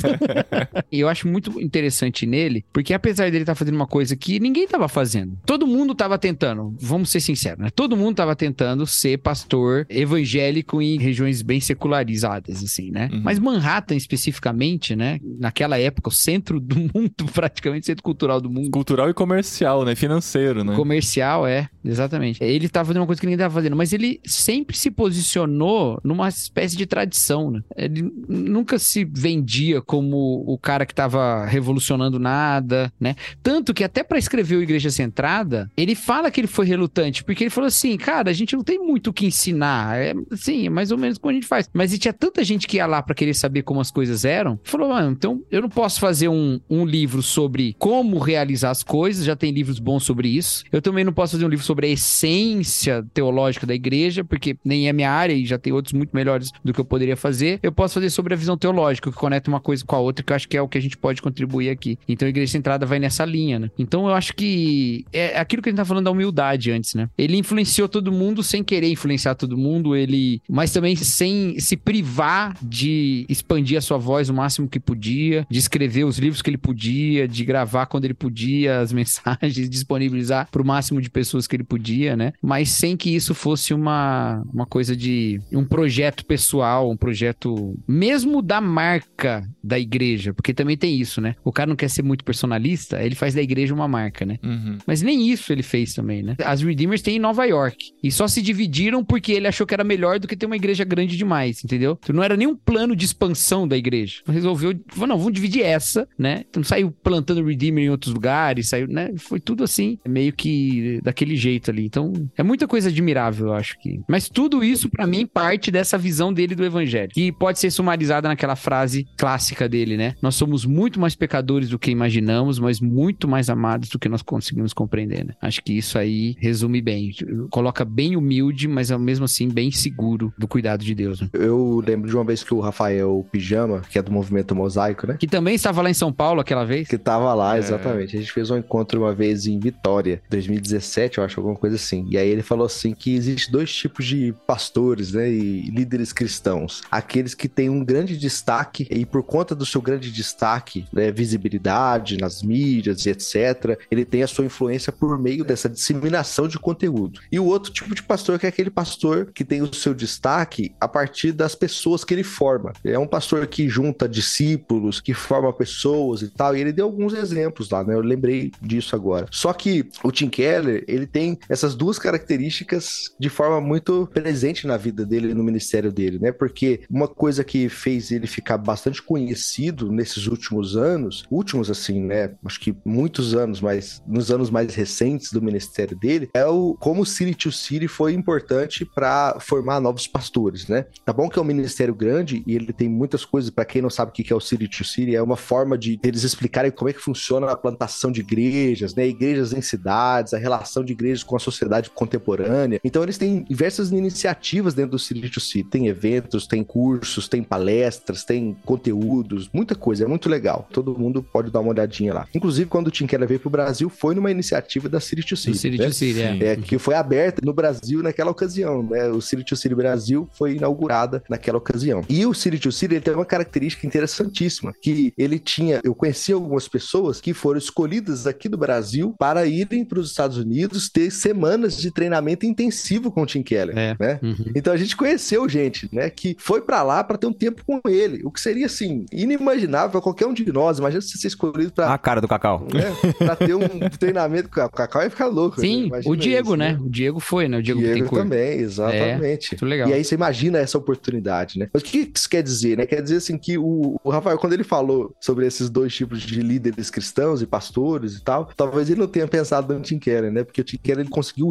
E eu acho muito interessante nele, porque apesar dele estar fazendo uma coisa que ninguém tava fazendo, todo mundo tava tentando, vamos ser sinceros, né? Todo mundo tava tentando ser pastor evangélico em regiões bem secularizadas, assim, né? Uhum. Mas Manhattan, especificamente, né? Naquela época, o centro do mundo, praticamente, centro cultural do mundo. Cultural e comercial, né? Financeiro, né? Comercial, é, exatamente. Ele tava fazendo uma coisa que ninguém tava fazendo, mas ele sempre se posicionou numa espécie de tradição, né? Ele nunca se vendia como o cara que tava revolucionando nada, né? Tanto que até pra escrever o Igreja Centrada, ele fala que ele foi relutante, porque ele falou assim, cara, a gente não tem muito o que ensinar, é, sim, é mais ou menos como a gente faz. Mas e tinha tanta gente que ia lá pra querer saber como as coisas eram, falou, mano, então eu não posso fazer um, um livro sobre como realizar as coisas, já tem livros bons sobre isso. Eu também não posso fazer um livro sobre a essência teológica da igreja, porque nem é minha área e já tem outros muito melhores do que eu poderia fazer. Eu posso fazer sobre a visão teológica, que conecta uma coisa com a outra, que eu acho que é o que a gente pode contribuir aqui. Então a Igreja Centrada vai nessa linha, né? Então eu acho que é aquilo que a gente tá falando da humildade antes, né? Ele influenciou todo mundo sem querer influenciar todo mundo, ele, mas também sem se privar de expandir a sua voz o máximo que podia, de escrever os livros que ele podia, de gravar quando ele podia as mensagens, disponibilizar pro máximo de pessoas que ele podia, né? Mas sem que isso fosse uma, uma coisa de um projeto pessoal, um projeto mesmo da marca da igreja, porque também tem isso, né? O cara não quer ser muito personalista, ele faz da igreja uma marca, né? Uhum. Mas nem isso ele fez também, né? As Redeemers tem em Nova York. E só se dividiram porque ele achou que era melhor do que ter uma igreja grande demais, entendeu? Então não era nem um plano de expansão da igreja. Resolveu, falou, não, vamos dividir essa, né? Então saiu plantando Redeemer em outros lugares, saiu, né? Foi tudo assim, meio que daquele jeito ali. Então é muita coisa admirável, eu acho que. Mas tudo isso, pra mim, parte dessa visão dele do evangelho, que pode ser sumarizada naquela frase clássica dele, né? Nós somos muito mais pecadores do que imaginamos, mas muito mais amados do que nós conseguimos compreender, né? Acho que isso aí resume bem. Coloca bem humilde, mas ao mesmo assim bem seguro do cuidado de Deus, né? Eu lembro de uma vez que o Rafael Pijama, que é do movimento Mosaico, né? Que também estava lá em São Paulo aquela vez. Que tava lá, É. exatamente. A gente fez um encontro uma vez em Vitória, dois mil e dezessete, eu acho, alguma coisa assim. E aí ele falou assim que existe dois tipos de pastores, né, e líderes cristãos. Aqueles que têm um grande destaque e por conta do seu grande destaque, né, visibilidade nas mídias e etcétera, ele tem a sua influência por meio dessa disseminação de conteúdo. E o outro tipo de pastor que é aquele pastor que tem o seu destaque a partir das pessoas que ele forma. É um pastor que junta discípulos, que forma pessoas e tal, e ele deu alguns exemplos lá, né? Eu lembrei disso agora. Só que o Tim Keller, ele tem essas duas características de forma muito presente na vida dele, no ministério dele, né? Porque uma coisa que fez ele ficar bastante conhecido nesses últimos anos, últimos assim, né? Acho que muitos anos, mas nos anos mais recentes do ministério dele, é o como o City to City foi importante para formar novos pastores, né? Tá bom que é um ministério grande e ele tem muitas coisas, para quem não sabe o que é o City to City, é uma forma de eles explicarem como é que funciona a plantação de igrejas, né? Igrejas em cidades, a relação de igrejas com a sociedade contemporânea. Então eles têm diversas iniciativas dentro do City to City. Tem eventos, tem cursos, tem palestras, tem conteúdos, muita coisa, é muito legal. Todo mundo pode dar uma olhadinha lá. Inclusive, quando o Tim Keller veio pro Brasil, foi numa iniciativa da City to City. Do City né? to City, é. É, que foi aberta no Brasil naquela ocasião, né? O City to City Brasil foi inaugurada naquela ocasião. E o City to City, ele tem uma característica interessantíssima, que ele tinha, eu conheci algumas pessoas que foram escolhidas aqui do Brasil para irem para os Estados Unidos ter semanas de treinamento intensivo com o Tim Keller, É. né? Uhum. Então a gente conheceu gente, né, que foi pra lá pra ter um tempo com ele, o que seria, assim, inimaginável pra qualquer um de nós. Imagina você ser escolhido pra, A cara do Cacau. né, pra ter um treinamento com o Cacau, ia ficar louco. né? Sim, Imagina o Diego, isso, né? O Diego foi, né? O Diego, Diego Bittencourt. também, exatamente. Muito legal. E aí você imagina essa oportunidade, né? Mas o que isso quer dizer, né? Quer dizer, assim, que o, o Rafael, quando ele falou sobre esses dois tipos de líderes cristãos e pastores e tal, talvez ele não tenha pensado no Tim Keller, né? Porque o Tim Keller, ele conseguiu unir essa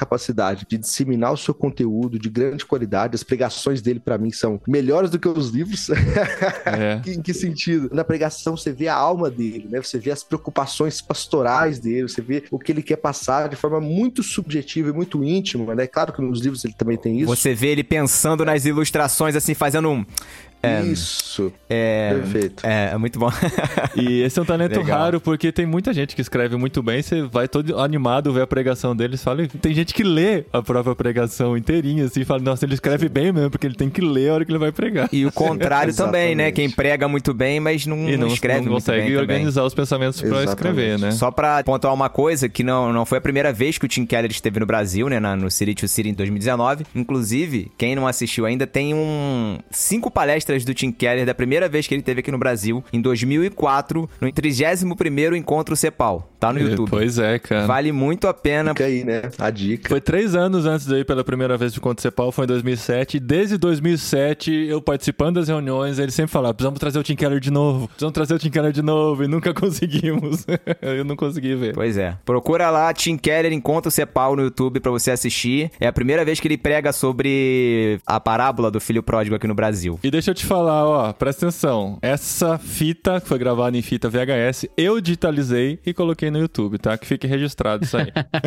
capacidade de disseminar o seu conteúdo de grande qualidade. As pregações dele, pra mim, são melhores do que os livros. É. Em que sentido? Na pregação você vê a alma dele, né? Você vê as preocupações pastorais dele, você vê o que ele quer passar de forma muito subjetiva e muito íntima, né? Claro que nos livros ele também tem isso. Você vê ele pensando nas ilustrações, assim, fazendo um... É, Isso. É, Perfeito. É, é muito bom. E esse é um talento Legal. raro, porque tem muita gente que escreve muito bem, você vai todo animado ver a pregação deles, fala, tem gente que lê a própria pregação inteirinha, assim, fala, nossa, ele escreve bem mesmo, porque ele tem que ler a hora que ele vai pregar. E o contrário também, né? Quem prega muito bem, mas não, E não, não, escreve não muito bem consegue também. organizar os pensamentos pra Exatamente. escrever, né? Só pra pontuar uma coisa, que não, não foi a primeira vez que o Tim Keller esteve no Brasil, né, na, no City to City em dois mil e dezenove. Inclusive, quem não assistiu ainda, tem um cinco palestras do Tim Keller da primeira vez que ele esteve aqui no Brasil, em dois mil e quatro, no trigésimo primeiro Encontro Cepal. Tá no YouTube. Pois é, cara. Vale muito a pena. Fica aí, né? A dica. Foi três anos antes de eu ir pela primeira vez de Encontro Cepal, foi em dois mil e sete. E desde dois mil e sete, eu participando das reuniões, ele sempre falava, precisamos trazer o Tim Keller de novo, precisamos trazer o Tim Keller de novo, e nunca conseguimos. Eu não consegui ver. Pois é. Procura lá, Tim Keller Encontro Cepal no YouTube pra você assistir. É a primeira vez que ele prega sobre a parábola do filho pródigo aqui no Brasil. E deixa eu te falar, ó, presta atenção. Essa fita, que foi gravada em fita V H S, eu digitalizei e coloquei no YouTube, tá? Que fique registrado isso aí.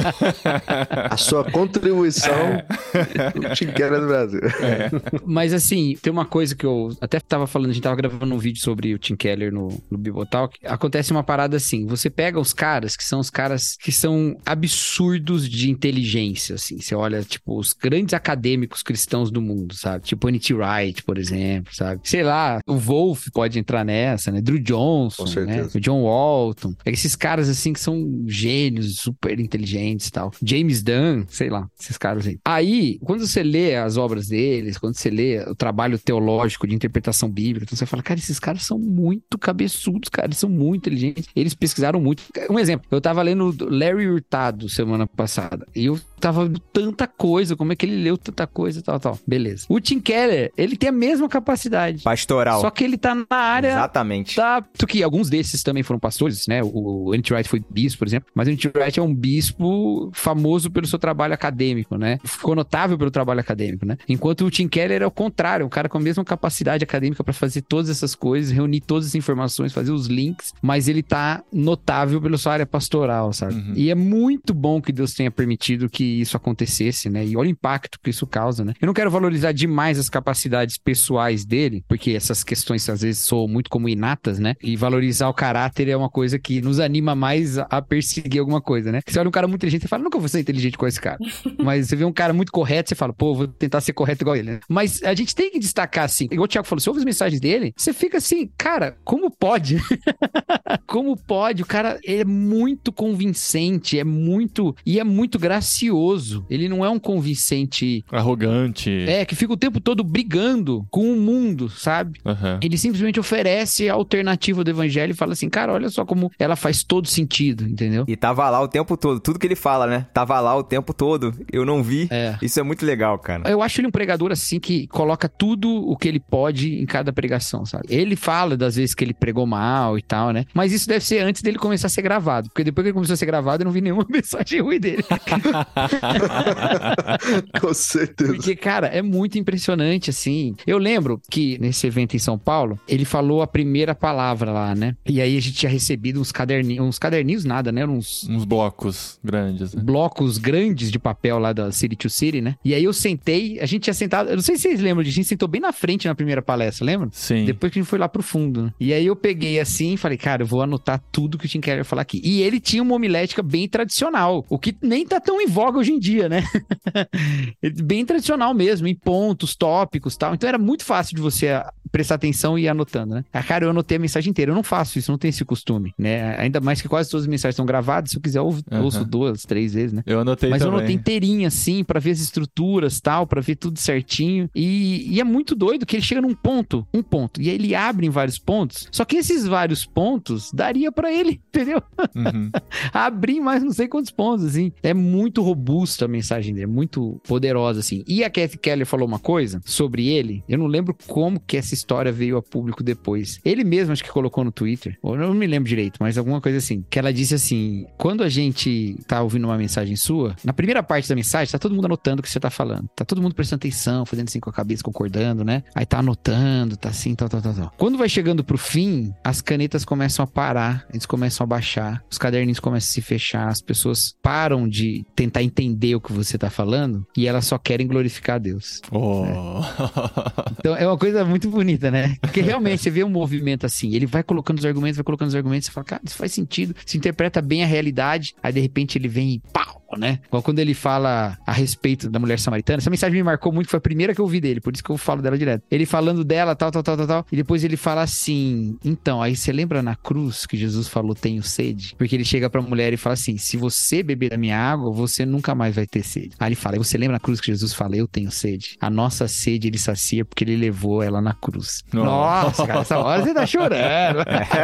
A sua contribuição do Tim Keller no Brasil. É. Mas assim, tem uma coisa que eu até tava falando, a gente tava gravando um vídeo sobre o Tim Keller no, no Bibotalk. Acontece uma parada assim, você pega os caras que são os caras que são absurdos de inteligência, assim. Você olha, tipo, os grandes acadêmicos cristãos do mundo, sabe? Tipo N T Wright, por exemplo, sabe? Sei lá, o Wolf pode entrar nessa, né? Drew Johnson, Com certeza. né? O John Walton. É esses caras, assim, que são gênios, super inteligentes e tal. James Dunn, sei lá, esses caras aí. Aí, quando você lê as obras deles, quando você lê o trabalho teológico de interpretação bíblica, então você fala, cara, esses caras são muito cabeçudos, cara, eles são muito inteligentes. Eles pesquisaram muito. Um exemplo, eu tava lendo Larry Hurtado semana passada, e eu tava lendo tanta coisa, como é que ele leu tanta coisa, tal, tal. Beleza. O Tim Keller, ele tem a mesma capacidade. Pastoral. Só que ele tá na área Exatamente. da... que alguns desses também foram pastores, né? O N T Wright foi bispo, por exemplo. Mas o N T Wright é um bispo famoso pelo seu trabalho acadêmico, né? Ficou notável pelo trabalho acadêmico, né? Enquanto o Tim Keller é o contrário, um cara com a mesma capacidade acadêmica pra fazer todas essas coisas, reunir todas as informações, fazer os links, mas ele tá notável pela sua área pastoral, sabe? Uhum. E é muito bom que Deus tenha permitido que isso acontecesse, né? E olha o impacto que isso causa, né? Eu não quero valorizar demais as capacidades pessoais dele, porque essas questões às vezes soam muito como inatas, né? E valorizar o caráter é uma coisa que nos anima mais a perseguir alguma coisa, né? Você olha um cara muito inteligente e fala, nunca vou ser inteligente com esse cara. Mas você vê um cara muito correto, você fala, pô, vou tentar ser correto igual ele, né? Mas a gente tem que destacar, assim, igual o Thiago falou, você ouve as mensagens dele, você fica assim, cara, como pode? Como pode? O cara é muito convincente, é muito... E é muito gracioso. Ele não é um convincente... Arrogante. É, que fica o tempo todo brigando com o mundo, sabe? Uhum. Ele simplesmente oferece a alternativa do evangelho e fala assim, cara, olha só como ela faz todo sentido, entendeu? E tava lá o tempo todo. Tudo que ele fala, né? Tava lá o tempo todo. Eu não vi. É. Isso é muito legal, cara. Eu acho ele um pregador, assim, que coloca tudo o que ele pode em cada pregação, sabe? Ele fala das vezes que ele pregou mal e tal, né? Mas isso deve ser antes dele começar a ser gravado. Porque depois que ele começou a ser gravado, eu não vi nenhuma mensagem ruim dele. Com certeza. Porque, cara, é muito impressionante, assim. Eu lembro que nesse evento em São Paulo, ele falou a primeira palavra lá, né? E aí a gente tinha recebido uns caderninhos, uns caderninhos nada, né? Uns... Uns blocos grandes, né? blocos grandes de papel lá da City to City, né? E aí eu sentei, a gente tinha sentado, eu não sei se vocês lembram disso, a gente sentou bem na frente na primeira palestra, lembra? Sim. Depois que a gente foi lá pro fundo, né? E aí eu peguei assim e falei, cara, eu vou anotar tudo que o Tim Keller falar aqui. E ele tinha uma homilética bem tradicional, o que nem tá tão em voga hoje em dia, né? Bem tradicional mesmo, em pontos, tópicos e tal. Então era muito fácil de você prestar atenção e ir anotando, né? Ah, cara, eu anotei a mensagem inteira. Eu não faço isso, não tenho esse costume, né? Ainda mais que quase todas as mensagens estão gravadas. Se eu quiser, eu ouço, Uhum. ouço duas, três vezes, né? Eu anotei Mas também. eu anotei inteirinho, assim, pra ver as estruturas, tal, pra ver tudo certinho. E, e é muito doido que ele chega num ponto, um ponto, e aí ele abre em vários pontos. Só que esses vários pontos daria pra ele, entendeu? Uhum. Abrir mais não sei quantos pontos, assim. É muito robusta a mensagem dele, muito poderosa, assim. E a Kathy Keller falou uma coisa sobre ele, eu não lembro como que essa história veio a público depois. Ele mesmo acho que colocou no Twitter, eu não me lembro direito, mas alguma coisa assim, que ela disse assim, quando a gente tá ouvindo uma mensagem sua, na primeira parte da mensagem, tá todo mundo anotando o que você tá falando, tá todo mundo prestando atenção, fazendo assim com a cabeça, concordando, né? Aí tá anotando, tá assim, tal, tal, tal, tal. Quando vai chegando pro fim, as canetas começam a parar, eles começam a baixar, os caderninhos começam a se fechar, as pessoas param de tentar entender o que você tá falando e elas só querem glorificar a Deus. Oh. Né? Então é uma coisa muito bonita, né? Porque realmente você vê um movimento assim, ele vai colocando os argumentos, vai colocando os argumentos, você fala, cara, isso faz sentido, se interpreta bem a realidade, aí de repente ele vem e pau, né? Igual quando ele fala a respeito da mulher samaritana, essa mensagem me marcou muito, foi a primeira que eu ouvi dele, por isso que eu falo dela direto. Ele falando dela, tal, tal, tal, tal, tal, e depois ele fala assim, então, aí você lembra na cruz que Jesus falou, tenho sede? Porque ele chega pra mulher e fala assim, se você beber da minha água, você nunca mais vai ter sede. Aí ele fala, e você lembra na cruz que Jesus fala, eu tenho sede? A nossa sede ele sacia porque ele levou ela na cruz. Nossa, cara, essa hora você tá chorando.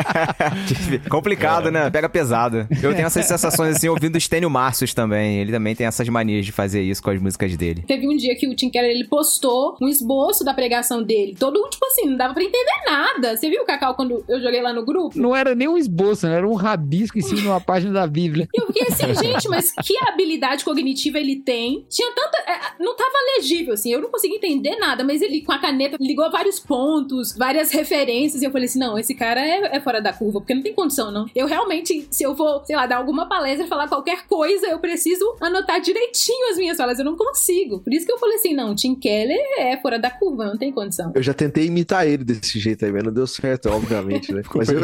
Complicado, né? Pega pesado. Eu tenho essas sensações assim, ouvindo o Stênio Márcios também. Ele também tem essas manias de fazer isso com as músicas dele. Teve um dia que o Tim Keller, ele postou um esboço da pregação dele. Todo, tipo assim, não dava pra entender nada. Você viu, Cacau, quando eu joguei lá no grupo? Não era nem um esboço, né? Era um rabisco em cima de uma página da Bíblia. E eu fiquei assim, gente, mas que habilidade cognitiva ele tem? Tinha tanta... É, não tava legível, assim. Eu não conseguia entender nada, mas ele, com a caneta, ligou vários pontos, várias referências, e eu falei assim, não, esse cara é, é fora da curva, porque não tem condição, não. Eu realmente, se eu vou, sei lá, dar alguma palestra, falar qualquer coisa, eu preciso anotar direitinho as minhas falas, eu não consigo. Por isso que eu falei assim, não, o Tim Keller é fora da curva, não tem condição. Eu já tentei imitar ele desse jeito aí, mas não deu certo, obviamente, né? Mas eu...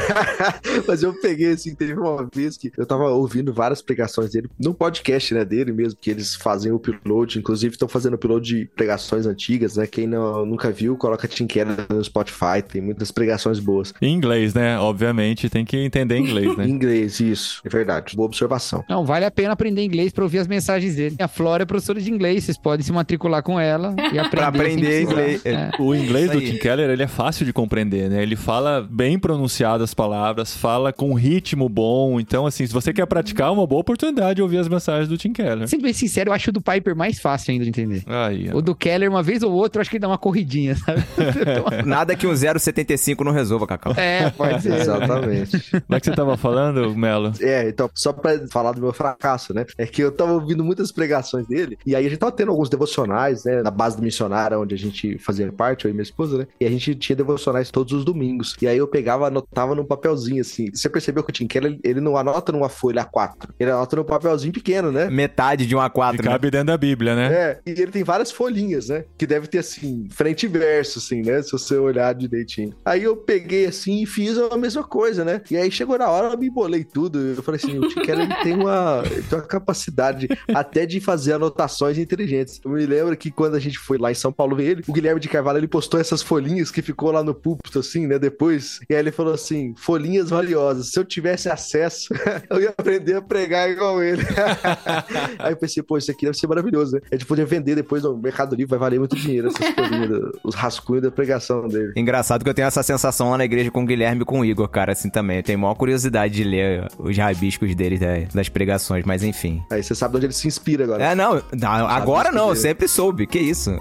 mas eu peguei, assim, teve uma vez que eu tava ouvindo várias pregações dele, no podcast, né, dele mesmo, que eles fazem o upload, inclusive estão fazendo upload de pregações antigas, né? Quem não, nunca viu, coloca Tim Keller no Spotify, tem muitas pregações boas. Em inglês, né? Obviamente, tem que entender inglês, né? Em inglês, isso, é verdade, boa observação. Não, vale a pena aprender inglês pra ouvir as mensagens dele. A Flora é professora de inglês, vocês podem se matricular com ela e aprender. Pra aprender inglês. É. O inglês do Tim Keller, ele é fácil de compreender, né? Ele fala bem pronunciado as palavras, fala com um ritmo bom. Então, assim, se você quer praticar, é uma boa oportunidade de ouvir as mensagens do Tim Keller. Sendo bem sincero, eu acho o do Piper mais fácil ainda de entender. Aí, ó. O do Keller, uma vez ou outra, eu acho que ele dá uma corridinha, sabe? Nada que um zero vírgula setenta e cinco não resolva, Cacau. É, pode ser. Exatamente. Lá que você tava falando, Melo? É, então, só pra falar do meu fracasso, né? É que eu tava ouvindo muitas pregações dele, e aí a gente tava tendo alguns devocionais, né? Na base do missionário, onde a gente fazia parte, eu e minha esposa, né? E a gente tinha devocionais todos os domingos. E aí eu pegava, anotava num papelzinho, assim. Você percebeu que o Tim Keller, ele não anota numa folha A quatro. Ele anota num papelzinho pequeno, né? Metade de um A quatro, Que cabe né? dentro da Bíblia, né? É, e ele tem várias folhinhas, né? Que deve ter, assim, frente e verso, assim, né? Se você olhar direitinho. Aí eu peguei, assim, e fiz a mesma coisa, né? E aí chegou na hora, eu me embolei tudo. Eu falei assim, o Tim Keller, ele tem uma, ele tem uma capacidade até de fazer anotações inteligentes. Eu me lembro que quando a gente foi lá em São Paulo ver ele, o Guilherme de Carvalho, ele postou essas folhinhas que ficou lá no púlpito, assim, né? Depois. E aí ele falou assim, folhinhas valiosas. Se eu tivesse acesso, eu ia aprender a pregar igual ele. Aí eu pensei, pô, isso aqui deve ser maravilhoso, né? A gente podia vender depois no Mercado Livre, vai valer muito dinheiro essas folhinhas, os rascunhos da pregação dele. Engraçado que eu tenho essa sensação lá na igreja com o Guilherme e com o Igor, cara, assim também. Eu tenho maior curiosidade de ler os rabiscos deles, né, das pregações, mas enfim. Aí você sabe de onde ele se inspira agora. É, não, não agora não, eu dele. sempre soube, que isso.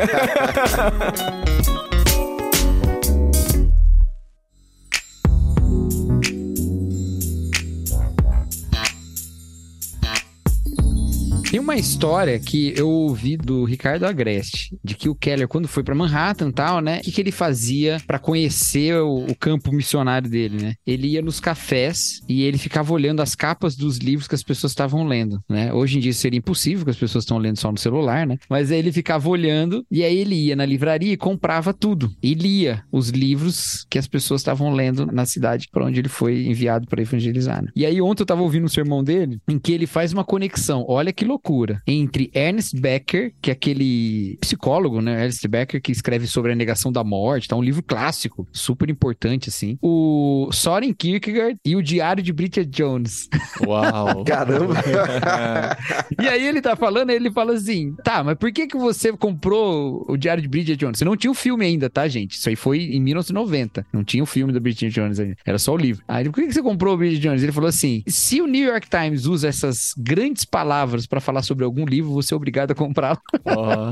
Tem uma história que eu ouvi do Ricardo Agreste, de que o Keller, quando foi pra Manhattan e tal, né, o que, que ele fazia pra conhecer o, o campo missionário dele, né? Ele ia nos cafés e ele ficava olhando as capas dos livros que as pessoas estavam lendo, né? Hoje em dia seria impossível, que as pessoas estão lendo só no celular, né? Mas aí ele ficava olhando e aí ele ia na livraria e comprava tudo. E lia os livros que as pessoas estavam lendo na cidade pra onde ele foi enviado pra evangelizar, né? E aí ontem eu tava ouvindo um sermão dele em que ele faz uma conexão, olha que loucura, entre Ernest Becker, que é aquele psicólogo, né? Ernest Becker, que escreve sobre a negação da morte, tá? Um livro clássico, super importante, assim. O Soren Kierkegaard e o Diário de Bridget Jones. Uau! Caramba! E aí ele tá falando, ele fala assim, tá, mas por que que você comprou o Diário de Bridget Jones? Você não tinha o filme ainda, tá, gente? Isso aí foi em mil novecentos e noventa. Não tinha o filme da Bridget Jones ainda. Era só o livro. Aí ele, por que que você comprou o Bridget Jones? Ele falou assim, se o New York Times usa essas grandes palavras pra falar sobre sobre algum livro, vou ser obrigado a comprá-lo. Ó.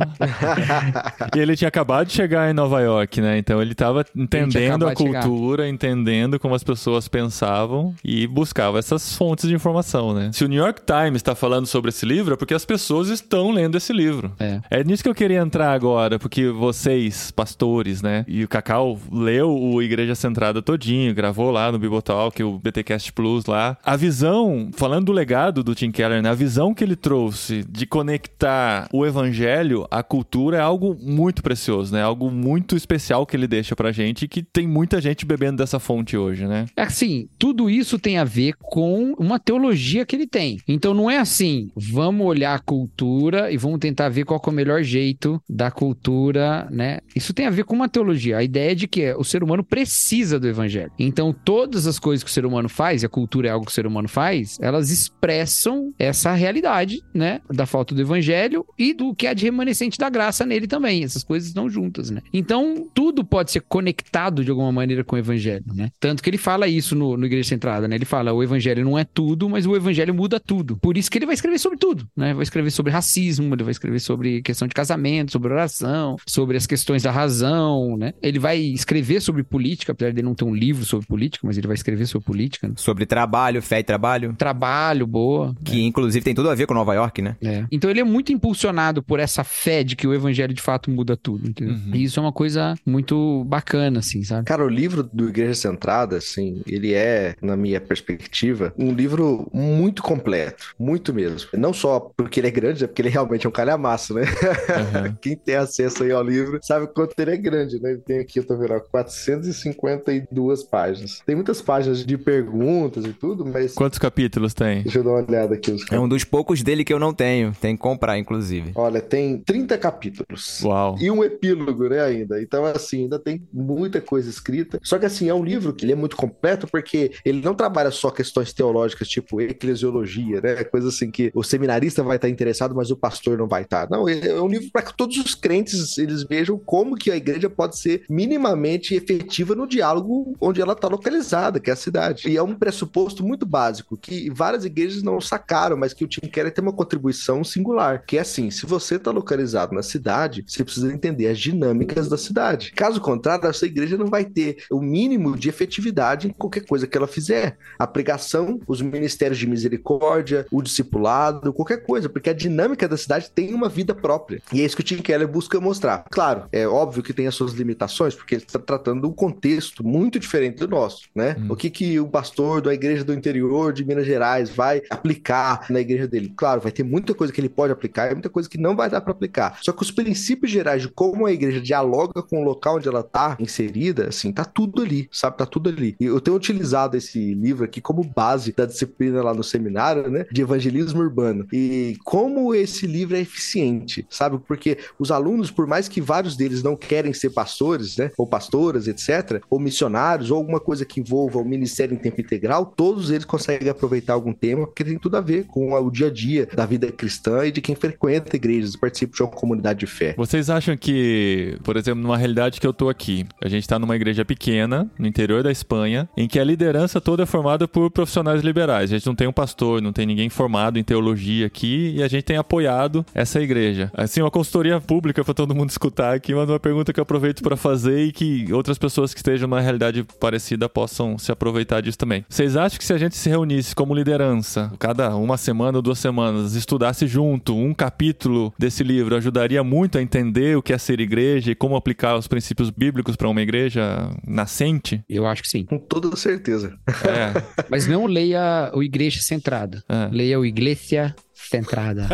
E ele tinha acabado de chegar em Nova York, né? Então ele tava entendendo a cultura, entendendo como as pessoas pensavam e buscava essas fontes de informação, né? Se o New York Times está falando sobre esse livro, é porque as pessoas estão lendo esse livro. É. É nisso que eu queria entrar agora, porque vocês, pastores, né? E o Cacau leu o Igreja Centrada todinho, gravou lá no Bibotalk, o B T Cast Plus lá. A visão, falando do legado do Tim Keller, né? A visão que ele trouxe de conectar o evangelho à cultura é algo muito precioso, né? Algo muito especial que ele deixa pra gente e que tem muita gente bebendo dessa fonte hoje, né? Assim, tudo isso tem a ver com uma teologia que ele tem. Então não é assim, vamos olhar a cultura e vamos tentar ver qual que é o melhor jeito da cultura, né? Isso tem a ver com uma teologia. A ideia é de que o ser humano precisa do evangelho. Então todas as coisas que o ser humano faz, e a cultura é algo que o ser humano faz, elas expressam essa realidade, né? Da falta do evangelho e do que há de remanescente da graça nele também. Essas coisas estão juntas, né? Então tudo pode ser conectado de alguma maneira com o evangelho, né? Tanto que ele fala isso no, no Igreja Centrada, né? Ele fala, o evangelho não é tudo, mas o evangelho muda tudo. Por isso que ele vai escrever sobre tudo, né? Vai escrever sobre racismo, ele vai escrever sobre questão de casamento, sobre oração, sobre as questões da razão, né? Ele vai escrever sobre política, apesar de não ter um livro sobre política, mas ele vai escrever sobre política, né? Sobre trabalho, fé e trabalho. Trabalho, boa. Que, é. inclusive, tem tudo a ver com Nova York, né? É. Então, ele é muito impulsionado por essa fé de que o evangelho, de fato, muda tudo, entendeu? Uhum. E isso é uma coisa muito bacana, assim, sabe? Cara, o livro do Igreja Centrada, assim, ele é, na minha perspectiva, um livro muito completo, muito mesmo. Não só porque ele é grande, é porque ele realmente é um calhamaço, né? Uhum. Quem tem acesso aí ao livro sabe o quanto ele é grande, né? Ele tem aqui, eu tô vendo, quatrocentas e cinquenta e duas páginas. Tem muitas páginas de perguntas e tudo, mas... Quantos capítulos tem? Deixa eu dar uma olhada aqui. Os é um dos poucos dele que eu não tenho. Tem que comprar, inclusive. Olha, tem trinta capítulos. Uau. E um epílogo, né, ainda. Então, assim, ainda tem muita coisa escrita. Só que, assim, é um livro que ele é muito completo porque ele não trabalha só questões teológicas, tipo eclesiologia, né? Coisa assim que o seminarista vai estar interessado, mas o pastor não vai estar. Não, é um livro para que todos os crentes, eles vejam como que a igreja pode ser minimamente efetiva no diálogo onde ela está localizada, que é a cidade. E é um pressuposto muito básico, que várias igrejas não sacaram, mas que o Tim Keller tem uma contribuição singular, que é assim, se você está localizado na cidade, você precisa entender as dinâmicas da cidade. Caso contrário, essa igreja não vai ter o mínimo de efetividade em qualquer coisa que ela fizer. A pregação, os ministérios de misericórdia, o discipulado, qualquer coisa, porque a dinâmica da cidade tem uma vida própria. E é isso que o Tim Keller busca mostrar. Claro, é óbvio que tem as suas limitações, porque ele está tratando de um contexto muito diferente do nosso, né? Hum. O que que o pastor da igreja do interior de Minas Gerais vai aplicar na igreja dele? Claro, vai ter muita coisa que ele pode aplicar e muita coisa que não vai dar para aplicar. Só que os princípios gerais de como a igreja dialoga com o local onde ela está inserida, assim, tá tudo ali, sabe? Tá tudo ali. E eu tenho utilizado esse livro aqui como base da disciplina lá no seminário, né? De evangelismo urbano. E como esse livro é eficiente, sabe? Porque os alunos, por mais que vários deles não querem ser pastores, né? Ou pastoras, etcétera, ou missionários, ou alguma coisa que envolva o ministério em tempo integral, todos eles conseguem aproveitar algum tema, porque tem tudo a ver com o dia a dia da vida cristã e de quem frequenta igrejas, participa de uma comunidade de fé. Vocês acham que, por exemplo, numa realidade que eu tô aqui, a gente tá numa igreja pequena, no interior da Espanha, em que a liderança toda é formada por profissionais liberais. A gente não tem um pastor, não tem ninguém formado em teologia aqui, e a gente tem apoiado essa igreja. Assim, uma consultoria pública para todo mundo escutar aqui, mas uma pergunta que eu aproveito para fazer e que outras pessoas que estejam numa realidade parecida possam se aproveitar disso também. Vocês acham que se a gente se reunisse como liderança, cada uma semana ou duas semanas, estudasse junto um capítulo desse livro, ajudaria muito a entender o que é ser igreja e como aplicar os princípios bíblicos para uma igreja nascente? Eu acho que sim. Com toda certeza. É. Mas não leia o Igreja Centrada. É. Leia o Iglesia Centrada.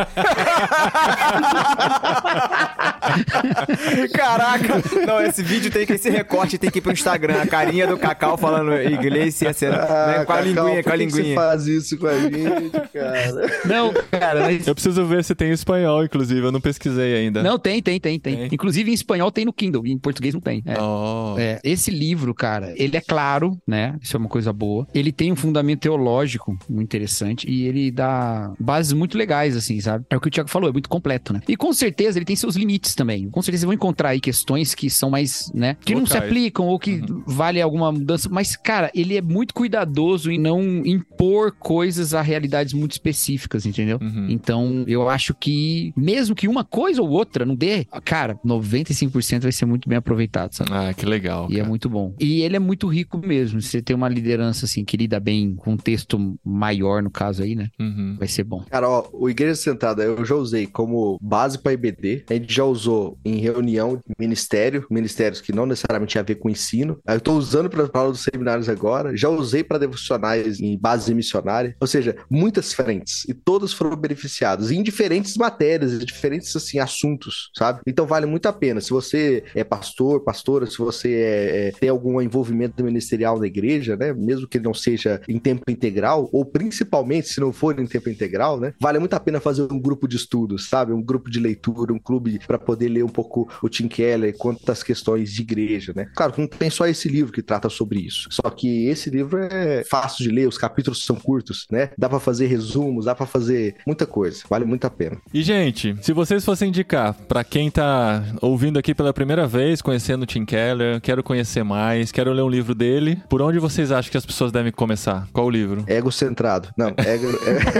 Caraca! Não, esse vídeo tem que, esse recorte tem que ir pro Instagram. A carinha do Cacau falando Iglesia Centrada. Ah, com a linguinha, com a linguinha. Você faz isso com a gente, cara? Não, cara. Mas... Eu preciso ver se tem em espanhol, inclusive. Eu não pesquisei ainda. Não, tem, tem, tem, tem. tem. Inclusive em espanhol tem no Kindle. Em português não tem. É. Oh. É, esse livro, cara, ele é claro, né? Isso é uma coisa boa. Ele tem um fundamento teológico muito interessante e ele dá bases muito legais, assim, sabe? É o que o Thiago falou, é muito completo, né? E com certeza ele tem seus limites também. Com certeza vocês vão encontrar aí questões que são mais, né? Que não se Locais. aplicam ou que Uhum. vale alguma mudança. Mas, cara, ele é muito cuidadoso em não impor coisas a realidades muito específicas, entendeu? Uhum. Então, eu acho que, mesmo que uma coisa ou outra não dê, cara, noventa e cinco por cento vai ser muito bem aproveitado, sabe? Ah, que legal. E é cara. muito bom. E ele é muito rico mesmo. Se você tem uma liderança, assim, que lida bem com um texto maior, no caso aí, né? Uhum. Vai ser bom. Cara, ó, o Igreja Centrada eu já usei como base para I B D. A gente já usou em reunião de ministério, ministérios que não necessariamente tinha a ver com ensino. Aí eu tô usando para falar dos seminários agora. Já usei para devocionais em base missionária. Ou seja, muitas frentes. E todos foram beneficiados em diferentes matérias, em diferentes, assim, assuntos, sabe? Então vale muito a pena. Se você é pastor, pastora, se você é, é, tem algum envolvimento ministerial na igreja, né? Mesmo que ele não seja em tempo integral, ou principalmente se não for em tempo integral, né? Vale muito a pena fazer um grupo de estudos, sabe? Um grupo de leitura, um clube para poder ler um pouco o Tim Keller quanto às questões de igreja, né? Claro, não tem só esse livro que trata sobre isso. Só que esse livro é fácil de ler, os capítulos são curtos, né? Dá para fazer resumos, dá para fazer muita coisa. Vale muito a pena. E, gente, se vocês fossem indicar pra quem tá ouvindo aqui pela primeira vez, conhecendo o Tim Keller, quero conhecer mais, quero ler um livro dele, por onde vocês acham que as pessoas devem começar? Qual o livro? Egocentrado. Não, ego...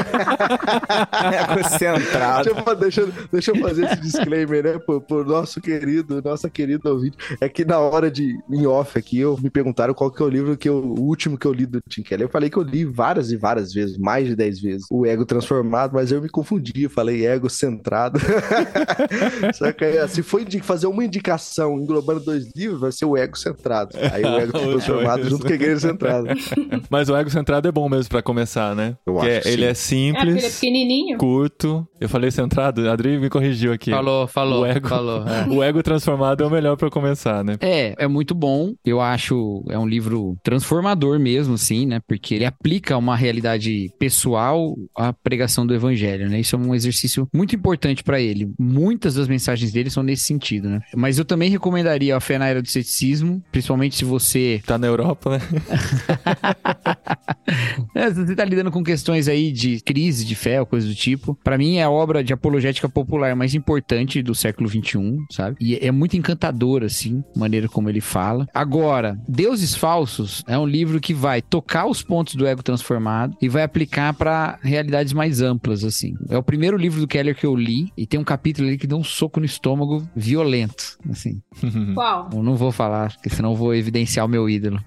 Egocentrado. Deixa eu, deixa, eu- deixa eu fazer esse disclaimer, né, pro, pro nosso querido, nossa querida ouvinte. É que na hora de, em off aqui, eu me perguntaram qual que é o livro que eu, o último que eu li do Tim Keller. Eu falei que eu li várias e várias vezes, mais de dez vezes, o Ego Transformado, mas eu me confundi, eu falei Ego Centrado. Só que aí, se for indi- fazer uma indicação englobando dois livros, vai ser o Ego Centrado. Aí o Ego Transformado junto com a Igreja Centrada. Mas o Ego Centrado é bom mesmo pra começar, né? Eu Porque acho que ele sim. é É, porque ele é simples, pequenininho. curto. Eu falei centrado? A Adri me corrigiu aqui. Falou, falou, O ego. falou. É. O Ego Transformado é o melhor pra começar, né? É, é muito bom. Eu acho é um livro transformador mesmo, assim, né? Porque ele aplica uma realidade pessoal à pregação do evangelho, né? Isso é um exercício muito importante pra ele. Muitas das mensagens dele são nesse sentido, né? Mas eu também recomendaria A Fé na Era do Ceticismo, principalmente se você Tá na Europa, né? É, se você tá lidando com questões aí de crise de fé ou coisa do tipo, pra mim é a obra de apologética popular mais importante do século vinte e um, sabe? E é muito encantador, assim, a maneira como ele fala. Agora, Deuses Falsos é um livro que vai tocar os pontos do ego transformado e vai aplicar pra realidades mais amplas, assim. É o primeiro livro do Keller que eu li e tem um capítulo ali que dá um soco no estômago violento, assim. Qual? Eu não vou falar, porque senão eu vou evidenciar o meu ídolo.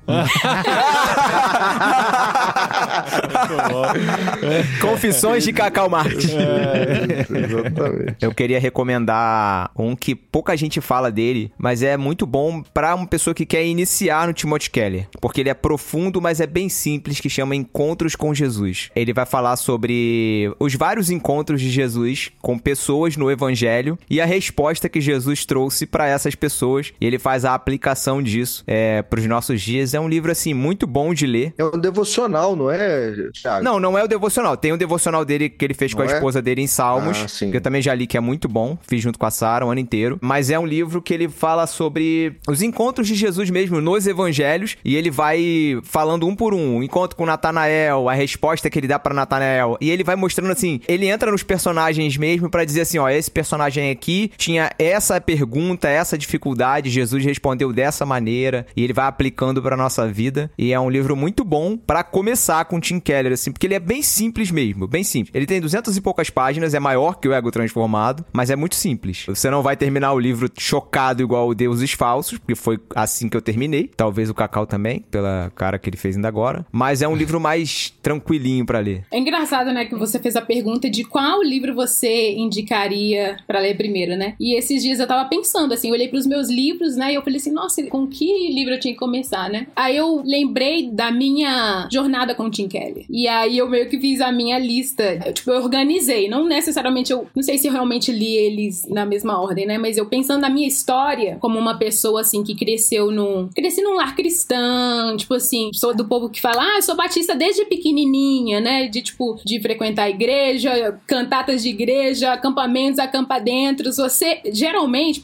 Confissões de Cacau Marques. É, exatamente. Eu queria recomendar um que pouca gente fala dele, mas é muito bom pra uma pessoa que quer iniciar no Timothy Keller, porque ele é profundo, mas é bem simples, que chama Encontros com Jesus. Ele vai falar sobre os vários encontros de Jesus com pessoas no Evangelho e a resposta que Jesus trouxe pra essas pessoas, e ele faz a aplicação disso é, pros nossos dias. É um livro, assim, muito bom de ler. É um devocional, não é, Thiago? Não, não é o devocional. Tem um devocional dele que ele fez com Não a é? esposa dele em Salmos, Ah, sim. que eu também já li, que é muito bom. Fiz junto com a Sara o ano inteiro. Mas é um livro que ele fala sobre os encontros de Jesus mesmo nos evangelhos, e ele vai falando um por um. O encontro com Natanael, a resposta que ele dá pra Natanael. E ele vai mostrando assim, ele entra nos personagens mesmo pra dizer assim, ó, esse personagem aqui tinha essa pergunta, essa dificuldade, Jesus respondeu dessa maneira, e ele vai aplicando pra nossa vida. E é um livro muito bom pra começar com Tim Keller, assim, porque ele é bem simples mesmo, bem simples. Ele tem duzentas e poucas páginas, é maior que o Ego Transformado, mas é muito simples. Você não vai terminar o livro chocado igual o Deuses Falsos, porque foi assim que eu terminei. Talvez o Cacau também, pela cara que ele fez ainda agora. Mas é um livro mais tranquilinho pra ler. É engraçado, né, que você fez a pergunta de qual livro você indicaria pra ler primeiro, né? E esses dias eu tava pensando, assim, eu olhei pros meus livros, né, e eu falei assim, nossa, com que livro eu tinha que começar, né? Aí eu lembrei da minha jornada com o Tim Keller. E aí eu meio que fiz a minha lista, eu, tipo, eu organizei, não necessariamente, eu não sei se eu realmente li eles na mesma ordem, né, mas eu pensando na minha história, como uma pessoa, assim, que cresceu num, cresci num lar cristão, tipo assim, sou do povo que fala, ah, eu sou batista desde pequenininha, né, de, tipo, de frequentar a igreja, cantatas de igreja, acampamentos, acampadentros, você, geralmente, pelo menos na minha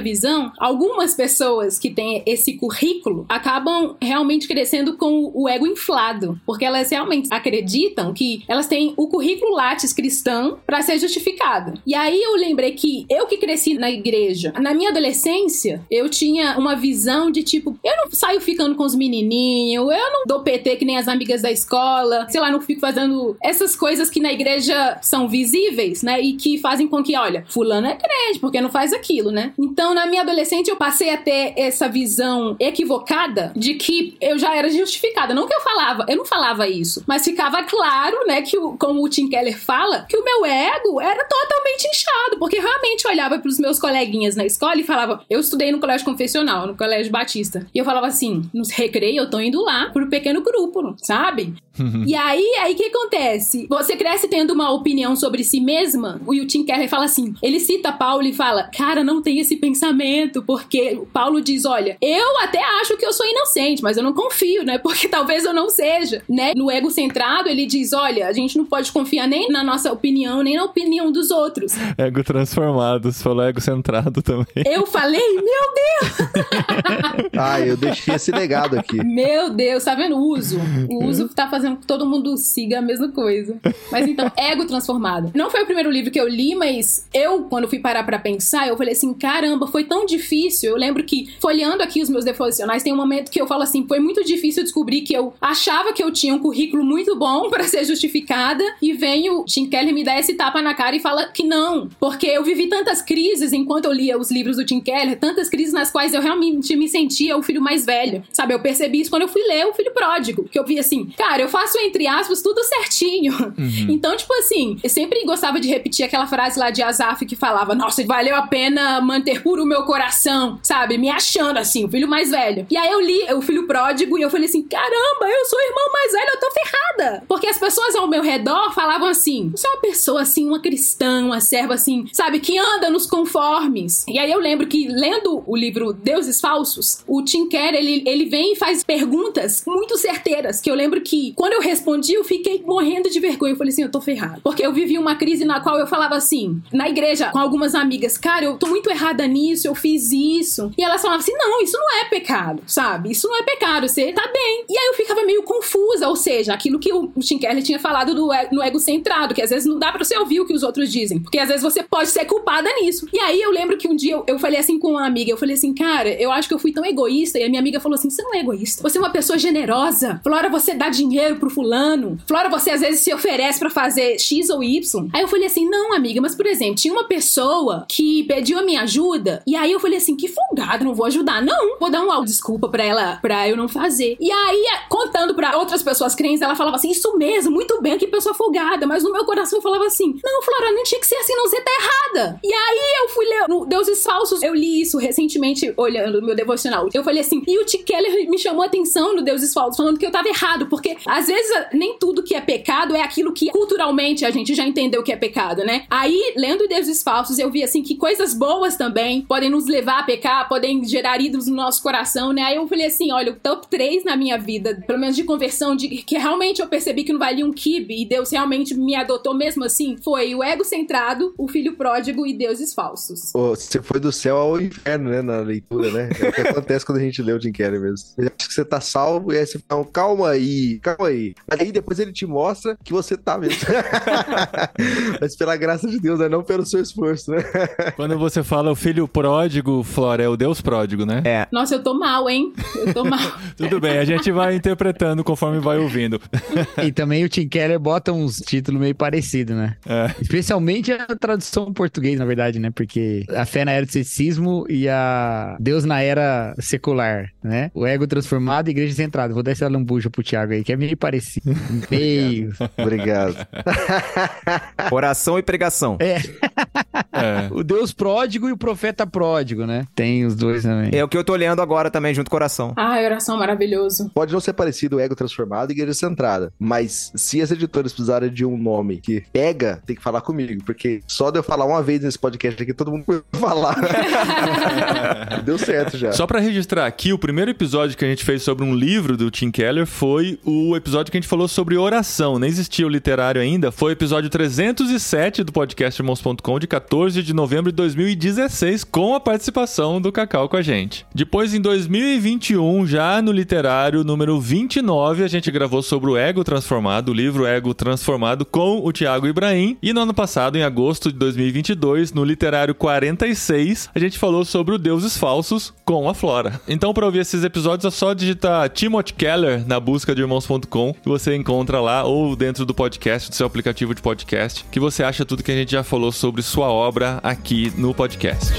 visão, algumas pessoas que têm esse currículo acabam realmente crescendo com o ego inflado, porque elas realmente acreditam que elas têm o currículo Lattes cristão para ser justificado. E aí eu lembrei que eu que cresci na igreja, na minha adolescência, eu tinha uma visão de tipo, eu não saio ficando com os menininhos, eu não dou P T que nem as amigas da escola, sei lá, não fico fazendo essas coisas que na igreja são visíveis, né, e que fazem com que, olha, fulano é crente, porque não faz aquilo, né? Então, na minha adolescente, eu passei a ter essa visão equivocada de que eu já era justificada. Não que eu falava, eu não falava isso, mas ficava claro, né, que o, como o Tim Keller fala, que o meu ego era totalmente inchado, porque eu realmente olhava pros meus coleguinhas na escola e falava, eu estudei no colégio confessional, no colégio batista, e eu falava assim, nos recreio, eu tô indo lá pro pequeno grupo, sabe? E aí, aí o que acontece? Você cresce tendo uma opinião sobre si mesma, e o Tim Keller fala assim, ele cita Paulo e fala, cara, não tem esse pensamento, porque o Paulo diz, olha, eu até acho que eu sou inocente, mas eu não confio, né, porque talvez eu não seja, né, no ego centrado ele diz, olha, a gente não pode confiar nem na nossa opinião, nem na opinião dos outros. Ego transformado, você falou ego centrado também. Eu falei, meu Deus! Ah, eu deixei esse legado aqui. Meu Deus, tá vendo? O uso. O uso tá fazendo com que todo mundo siga a mesma coisa. Mas então, ego transformado. Não foi o primeiro livro que eu li, mas eu, quando fui parar pra pensar, eu falei assim, caramba, foi tão difícil. Eu lembro que, folheando aqui os meus devocionais, tem um momento que eu falo assim, foi muito difícil descobrir que eu achava que eu tinha um currículo muito bom pra ser justificada, e vem o Tim Keller me dar esse tapa na cara e fala que não. Porque eu vivi tantas crises enquanto eu lia os livros do Tim Keller, tantas crises nas quais eu realmente me sentia o filho mais velho. Sabe, eu percebi isso quando eu fui ler O Filho Pródigo, que eu vi assim, cara, eu faço, entre aspas, tudo certinho. Uhum. Então, tipo assim, eu sempre gostava de repetir aquela frase lá de Asaf que falava, nossa, valeu a pena manter puro o meu coração, sabe, me achando assim, o filho mais velho. E aí eu li O Filho Pródigo e eu falei assim, caramba, eu sou o irmão mais velho, eu tô ferrada. Porque as pessoas ao meu redor falavam assim, você é uma pessoa assim, uma cristã, uma serva assim, sabe, que anda nos conformes. E aí eu lembro que, lendo o livro Deuses Falsos, o Tim Keller, ele, ele vem e faz perguntas muito certeiras, que eu lembro que quando eu respondi, eu fiquei morrendo de vergonha. Eu falei assim, eu tô ferrada. Porque eu vivi uma crise na qual eu falava assim, na igreja, com algumas amigas, cara, eu tô muito errada nisso, eu fiz isso. E elas falavam assim, não, isso não é pecado, sabe? Isso não é pecado, você tá bem. E aí eu ficava meio confusa, ou seja, aquilo que o Tim Keller tinha falado do, no ego centrado, que às vezes não dá pra você ouvir o que os outros dizem, porque às vezes você pode ser culpada nisso. E aí eu lembro que um dia eu, eu falei assim com uma amiga, eu falei assim, cara, eu acho que eu fui tão egoísta, e a minha amiga falou assim, você não é egoísta, você é uma pessoa generosa. Flora, você dá dinheiro pro fulano. Flora, você às vezes se oferece pra fazer X ou Y. Aí eu falei assim, não, amiga, mas por exemplo, tinha uma pessoa que pediu a minha ajuda, e aí eu falei assim, que folgado, não vou ajudar. Não, vou dar uma desculpa pra ela, pra eu não fazer. E aí, contando pra outras pessoas crentes, ela falava assim, isso mesmo, muito bem, que pessoa folgada. Mas no meu coração eu falava assim, não, Flora, não tinha que ser assim, não, você tá errada. E aí eu fui ler no Deuses Falsos, eu li isso recentemente, olhando no meu devocional. Eu falei assim, e o Tim Keller me chamou a atenção no Deuses Falsos, falando que eu tava errado, porque às vezes nem tudo que é pecado é aquilo que culturalmente a gente já entendeu que é pecado, né? Aí, lendo Deuses Falsos, eu vi assim que coisas boas também podem nos levar a pecar, podem gerar ídolos no nosso coração, né? Aí eu falei assim, olha, o top três na minha vida, pelo menos de conversão, de que realmente eu percebi que não valia um quibe e Deus realmente me adotou mesmo assim, foi o ego centrado, o filho pródigo e Deuses Falsos. Oh, você foi do céu ao inferno, né, na leitura, né? É o que acontece quando a gente lê o Tim Keller mesmo. Ele acha que você tá salvo e aí você fala, calma aí, calma aí. Aí depois ele te mostra que você tá mesmo. Mas pela graça de Deus, né? Não pelo seu esforço, né? Quando você fala o filho pródigo, Flora, é o Deus pródigo, né? É. Nossa, eu tô mal, hein? Eu tô mal. Tudo bem, a gente vai interpretando conforme vai ouvindo. E também o Tim Keller bota uns títulos meio parecidos, né? É. Especialmente a tradução em português, na verdade, né? Porque a fé na era do ceticismo e a Deus na era secular, né? O ego transformado e igreja centrada. Vou dar essa lambuja pro Thiago aí, que é meio parecido. Meio. Obrigado. Oração e pregação. É. É. O Deus pródigo e o profeta pródigo, né? Tem os dois também. É o que eu tô lendo agora também, junto com oração. Ai, oração maravilhoso. Pode não ser parecido o ego transformado e igreja centrada, mas se as editoras precisarem de um nome que pega, tem que falar comigo, porque só de eu falar uma vez nesse podcast aqui, todo mundo vai falar. Deu certo já. Só pra registrar aqui, o primeiro episódio que a gente fez sobre um livro do Tim Keller foi o episódio que a gente falou sobre oração. Nem existia o literário ainda. Foi o episódio trezentos e sete do podcast irmãos ponto com, de quatorze quatorze de novembro de dois mil e dezesseis, com a participação do Cacau com a gente. Depois, em dois mil e vinte e um, já no literário número vinte e nove, a gente gravou sobre o Ego Transformado, o livro Ego Transformado, com o Thiago Ibrahim. E no ano passado, em agosto de dois mil e vinte e dois, no literário quarenta e seis, a gente falou sobre o Deuses Falsos, com a Flora. Então, para ouvir esses episódios, é só digitar Timothy Keller na busca de irmãos ponto com, que você encontra lá, ou dentro do podcast, do seu aplicativo de podcast, que você acha tudo que a gente já falou sobre sua obra aqui no podcast.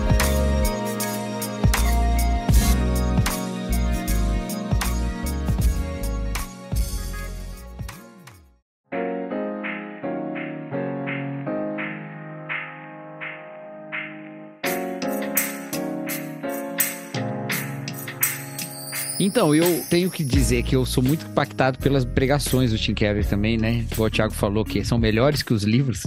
Então, eu tenho que dizer que eu sou muito impactado pelas pregações do Tim Keller também, né? O Thiago falou que são melhores que os livros.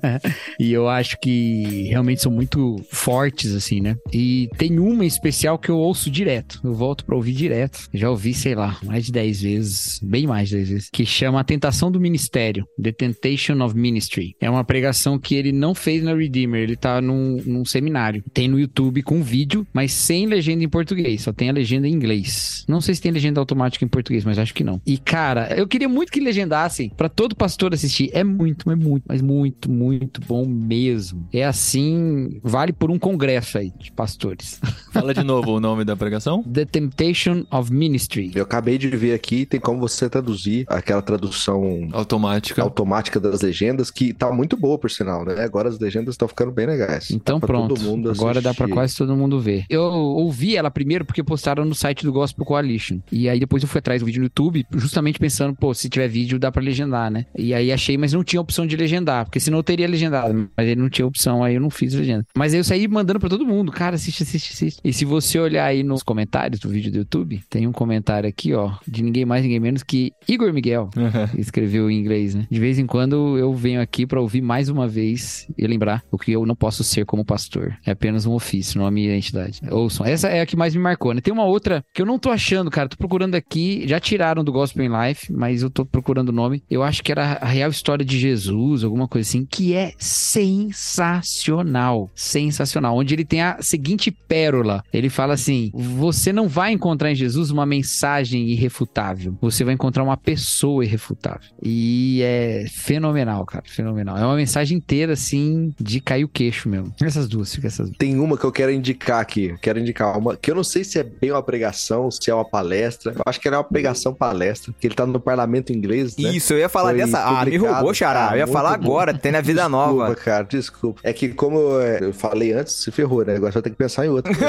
E eu acho que realmente são muito fortes, assim, né? E tem uma em especial que eu ouço direto. Eu volto pra ouvir direto. Já ouvi, sei lá, mais de dez vezes, bem mais de dez vezes, que chama A Tentação do Ministério, The Temptation of Ministry. É uma pregação que ele não fez na Redeemer, ele tá num, num seminário. Tem no YouTube com vídeo, mas sem legenda em português, só tem a legenda em inglês. Não sei se tem legenda automática em português, mas acho que não. E, cara, eu queria muito que legendassem pra todo pastor assistir. É muito, é muito, mas muito, muito bom mesmo. É assim, vale por um congresso aí de pastores. Fala de novo o nome da pregação. The Temptation of Ministry. Eu acabei de ver aqui, tem como você traduzir aquela tradução automática automática das legendas, que tá muito boa, por sinal, né? Agora as legendas estão ficando bem legais. Então pronto, agora dá pra quase todo mundo ver. Eu ouvi ela primeiro porque postaram no site do Gospel Coalition. E aí depois eu fui atrás do vídeo no YouTube, justamente pensando, pô, se tiver vídeo dá pra legendar, né? E aí achei, mas não tinha opção de legendar, porque senão eu teria legendado, mas ele não tinha opção, aí eu não fiz legenda. Mas aí eu saí mandando pra todo mundo, cara, assiste, assiste, assiste. E se você olhar aí nos comentários do vídeo do YouTube, tem um comentário aqui, ó, de ninguém mais, ninguém menos que Igor Miguel, uhum. que escreveu em inglês, né? De vez em quando eu venho aqui pra ouvir mais uma vez e lembrar o que eu não posso ser como pastor. É apenas um ofício, não a minha identidade. Ouçam, essa é a que mais me marcou, né? Tem uma outra que eu não tô achando, cara, tô procurando aqui, já tiraram do Gospel in Life, mas eu tô procurando o nome. Eu acho que era A Real História de Jesus, alguma coisa assim, que é sensacional, sensacional, onde ele tem a seguinte pérola, ele fala assim, você não vai encontrar em Jesus uma mensagem irrefutável, você vai encontrar uma pessoa irrefutável, e é fenomenal, cara, fenomenal, é uma mensagem inteira, assim, de cair o queixo mesmo. Essas duas, fica essas duas. Tem uma que eu quero indicar aqui, quero indicar uma, que eu não sei se é bem uma pregação, se é uma palestra, eu acho que era uma pregação palestra, que ele tá no parlamento inglês, né? Isso, eu ia falar Foi dessa, ah, me roubou, Xará, ah, eu ia falar bom. agora, tem na Vida Desculpa, Nova. cara, desculpa. É que como eu falei antes, se ferrou, né? Agora só tem que pensar em outra.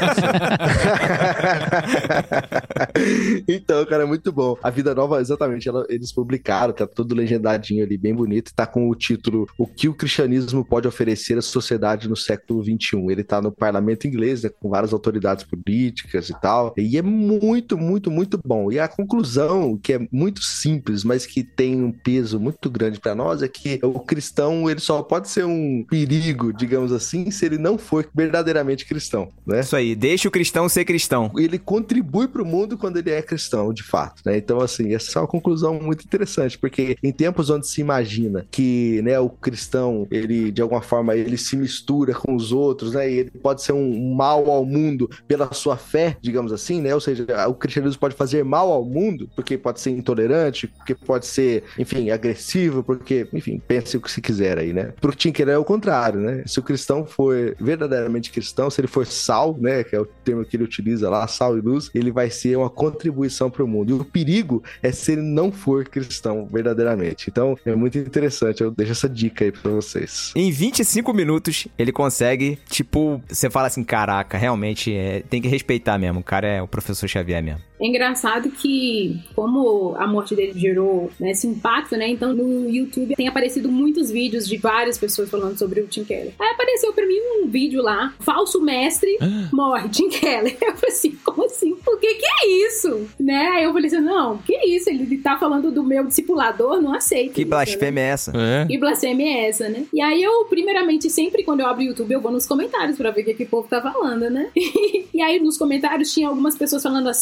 Então, cara, é muito bom. A Vida Nova, exatamente, ela, eles publicaram, tá tudo legendadinho ali, bem bonito, tá com o título O que o cristianismo pode oferecer à sociedade no século vinte e um. Ele tá no parlamento inglês, né, com várias autoridades políticas e tal, e é muito, muito, muito bom. E a conclusão, que é muito simples, mas que tem um peso muito grande pra nós, é que o cristão, ele só pode ser um perigo, digamos assim, se ele não for verdadeiramente cristão, né? Isso aí, deixa o cristão ser cristão. Ele contribui pro mundo quando ele é cristão, de fato, né? Então, assim, essa é uma conclusão muito interessante, porque em tempos onde se imagina que, né, o cristão, ele, de alguma forma, ele se mistura com os outros, né? E ele pode ser um mal ao mundo pela sua fé, digamos assim, né? Ou seja, o cristianismo pode fazer mal ao mundo, porque pode ser intolerante, porque pode ser, enfim, agressivo, porque, enfim, pense o que se quiser aí, né? Pro Tim Keller é o contrário, né? Se o cristão for verdadeiramente cristão, se ele for sal, né, que é o termo que ele utiliza lá, sal e luz, ele vai ser uma contribuição pro mundo. E o perigo é se ele não for cristão verdadeiramente. Então, é muito interessante, eu deixo essa dica aí pra vocês. Em vinte e cinco minutos, ele consegue, tipo, você fala assim, caraca, realmente, é, tem que respeitar mesmo, o cara é o professor Xavier mesmo. É engraçado que, como a morte dele gerou, né, esse impacto, né? Então no YouTube tem aparecido muitos vídeos de várias pessoas falando sobre o Tim Keller. Aí apareceu pra mim um vídeo lá, falso mestre, morre, Tim Keller. Eu falei assim, como assim? O que que é isso? Né? Aí eu falei assim, não, que isso? Ele tá falando do meu discipulador, não aceito. Que isso, blasfêmia né? é essa? É. Que blasfêmia é essa, né? E aí eu, primeiramente, sempre quando eu abro o YouTube, eu vou nos comentários pra ver o que, que o povo tá falando, né? E aí nos comentários tinha algumas pessoas falando assim, é,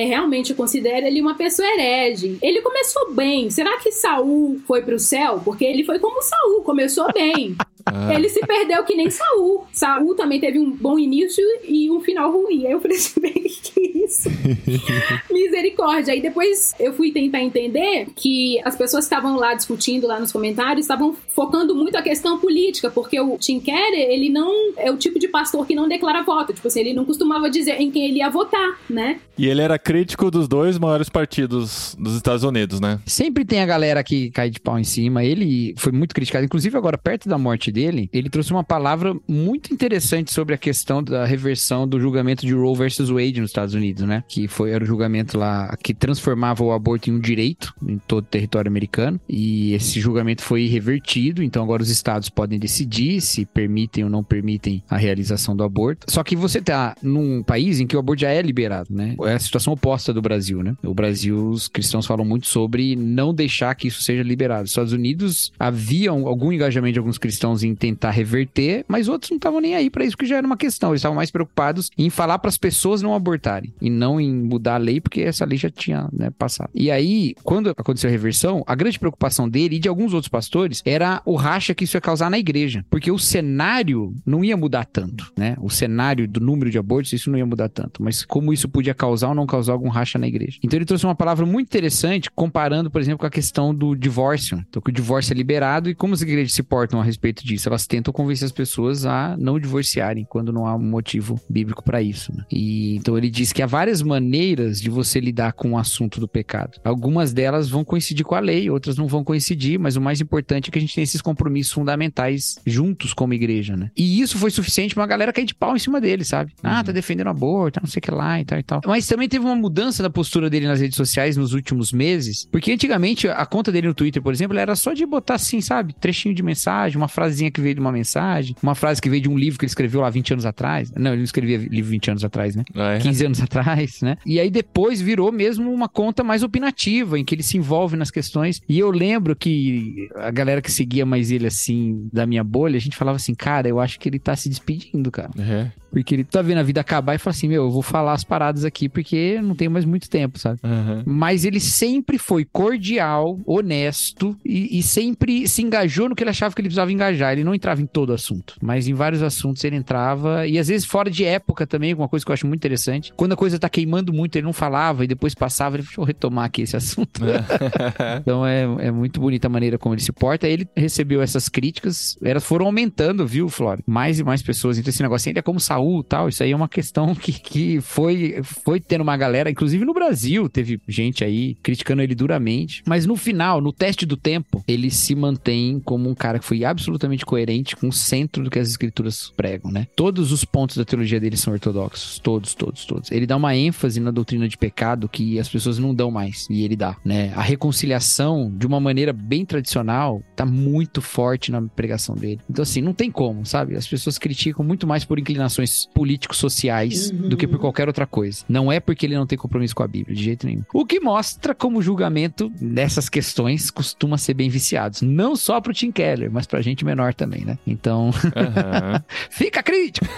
realmente considero ele uma pessoa herege. Ele começou bem. Será que Saul foi pro céu? Porque ele foi como Saul, começou bem. Ah. Ele se perdeu que nem Saul. Saul também teve um bom início e um final ruim. Aí eu falei assim, que isso? Misericórdia. Aí depois eu fui tentar entender que as pessoas que estavam lá discutindo lá nos comentários estavam focando muito a questão política, porque o Tim Keller, ele não é o tipo de pastor que não declara voto. Tipo assim, ele não costumava dizer em quem ele ia votar, né? E ele era crítico dos dois maiores partidos dos Estados Unidos, né? Sempre tem a galera que cai de pau em cima. Ele foi muito criticado, inclusive agora perto da morte dele, ele trouxe uma palavra muito interessante sobre a questão da reversão do julgamento de Roe versus Wade nos Estados Unidos, né? Que foi, era o julgamento lá que transformava o aborto em um direito em todo o território americano, e esse julgamento foi revertido, então agora os estados podem decidir se permitem ou não permitem a realização do aborto. Só que você tá num país em que o aborto já é liberado, né? É a situação oposta do Brasil, né? O Brasil, os cristãos falam muito sobre não deixar que isso seja liberado. Nos Estados Unidos havia algum engajamento de alguns cristãos em tentar reverter, mas outros não estavam nem aí pra isso, que já era uma questão. Eles estavam mais preocupados em falar pras pessoas não abortarem e não em mudar a lei, porque essa lei já tinha, né, passado. E aí, quando aconteceu a reversão, a grande preocupação dele e de alguns outros pastores era o racha que isso ia causar na igreja, porque o cenário não ia mudar tanto, né? O cenário do número de abortos, isso não ia mudar tanto, mas como isso podia causar ou não causar algum racha na igreja. Então ele trouxe uma palavra muito interessante, comparando, por exemplo, com a questão do divórcio. Então, que o divórcio é liberado e como as igrejas se portam a respeito disso? Elas tentam convencer as pessoas a não divorciarem quando não há um motivo bíblico para isso, né? E então ele diz que há várias maneiras de você lidar com o assunto do pecado. Algumas delas vão coincidir com a lei, outras não vão coincidir, mas o mais importante é que a gente tem esses compromissos fundamentais juntos como igreja, né? E isso foi suficiente pra uma galera cair de pau em cima dele, sabe? Uhum. Ah, tá defendendo aborto, não sei o que lá e tal e tal. Mas também teve uma mudança da postura dele nas redes sociais nos últimos meses, porque antigamente a conta dele no Twitter, por exemplo, era só de botar assim, sabe? Trechinho de mensagem, uma frasezinha que veio de uma mensagem, uma frase que veio de um livro que ele escreveu lá vinte anos atrás. Não, ele não escrevia livro vinte anos atrás, né? Ah, é? quinze anos atrás, né? E aí depois virou mesmo uma conta mais opinativa, em que ele se envolve nas questões. E eu lembro que a galera que seguia mais ele, assim, da minha bolha, a gente falava assim, cara, eu acho que ele tá se despedindo, cara. Uhum. Porque ele tá vendo a vida acabar e fala assim, meu, eu vou falar as paradas aqui porque não tenho mais muito tempo, sabe? Uhum. Mas ele sempre foi cordial, honesto e, e sempre se engajou no que ele achava que ele precisava engajar. Ele não entrava em todo assunto, mas em vários assuntos ele entrava, e às vezes fora de época também, uma coisa que eu acho muito interessante. Quando a coisa tá queimando muito, ele não falava e depois passava, ele falou, deixa eu retomar aqui esse assunto. Então é, é muito bonita a maneira como ele se porta. Ele recebeu essas críticas, elas foram aumentando, viu, Flora? Mais e mais pessoas. Então esse negocinho, ele é como Saul, tal, isso aí é uma questão que, que foi, foi tendo uma galera, inclusive no Brasil, teve gente aí criticando ele duramente, mas no final, no teste do tempo, ele se mantém como um cara que foi absolutamente coerente com o centro do que as escrituras pregam, né? Todos os pontos da teologia dele são ortodoxos, todos, todos, todos. Ele dá uma ênfase na doutrina de pecado que as pessoas não dão mais, e ele dá, né? A reconciliação, de uma maneira bem tradicional, tá muito forte na pregação dele. Então assim, não tem como, sabe? As pessoas criticam muito mais por inclinações políticos sociais uhum. do que por qualquer outra coisa. Não é porque ele não tem compromisso com a Bíblia, de jeito nenhum. O que mostra como o julgamento dessas questões costuma ser bem viciados. Não só pro Tim Keller, mas pra gente menor também, né? Então, uhum. fica crítico!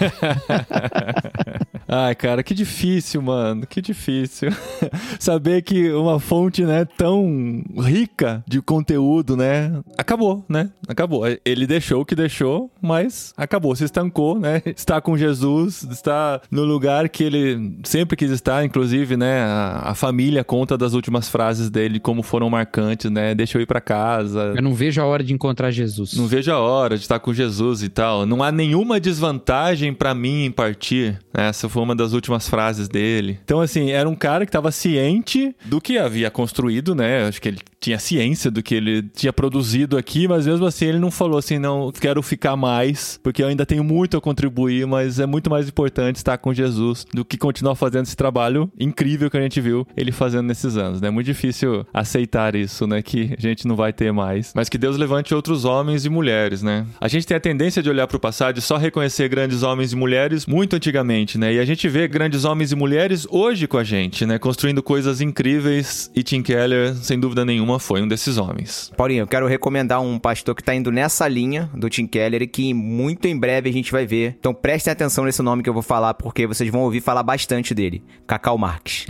Ai, cara, que difícil, mano. Que difícil. Saber que uma fonte, né, tão rica de conteúdo, né, acabou, né? Acabou. Ele deixou o que deixou, mas acabou. Se estancou, né? Está com Jesus, está no lugar que ele sempre quis estar, inclusive, né? A, a família conta das últimas frases dele, como foram marcantes, né? Deixa eu ir pra casa. Eu não vejo a hora de encontrar Jesus. Não vejo a hora de estar com Jesus e tal. Não há nenhuma desvantagem pra mim em partir. Essa foi uma das últimas frases dele. Então, assim, era um cara que estava ciente do que havia construído, né? Acho que ele tinha ciência do que ele tinha produzido aqui, mas mesmo assim ele não falou assim, não, quero ficar mais, porque eu ainda tenho muito a contribuir, mas é muito mais importante estar com Jesus do que continuar fazendo esse trabalho incrível que a gente viu ele fazendo nesses anos, né? É muito difícil aceitar isso, né? Que a gente não vai ter mais. Mas que Deus levante outros homens e mulheres, né? A gente tem a tendência de olhar para o passado e só reconhecer grandes homens e mulheres muito antigamente, né? E a gente gente vê grandes homens e mulheres hoje com a gente, né? Construindo coisas incríveis, e Tim Keller, sem dúvida nenhuma, foi um desses homens. Paulinho, eu quero recomendar um pastor que tá indo nessa linha do Tim Keller e que muito em breve a gente vai ver. Então prestem atenção nesse nome que eu vou falar, porque vocês vão ouvir falar bastante dele. Cacau Marques.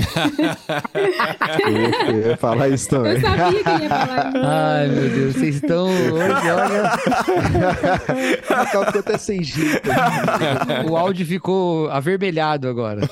Eu ia falar isso também. Eu sabia que ia falar isso. Ai, meu Deus, vocês estão hoje, olha. Cacau ficou até sem jeito. O áudio ficou avermelhado agora.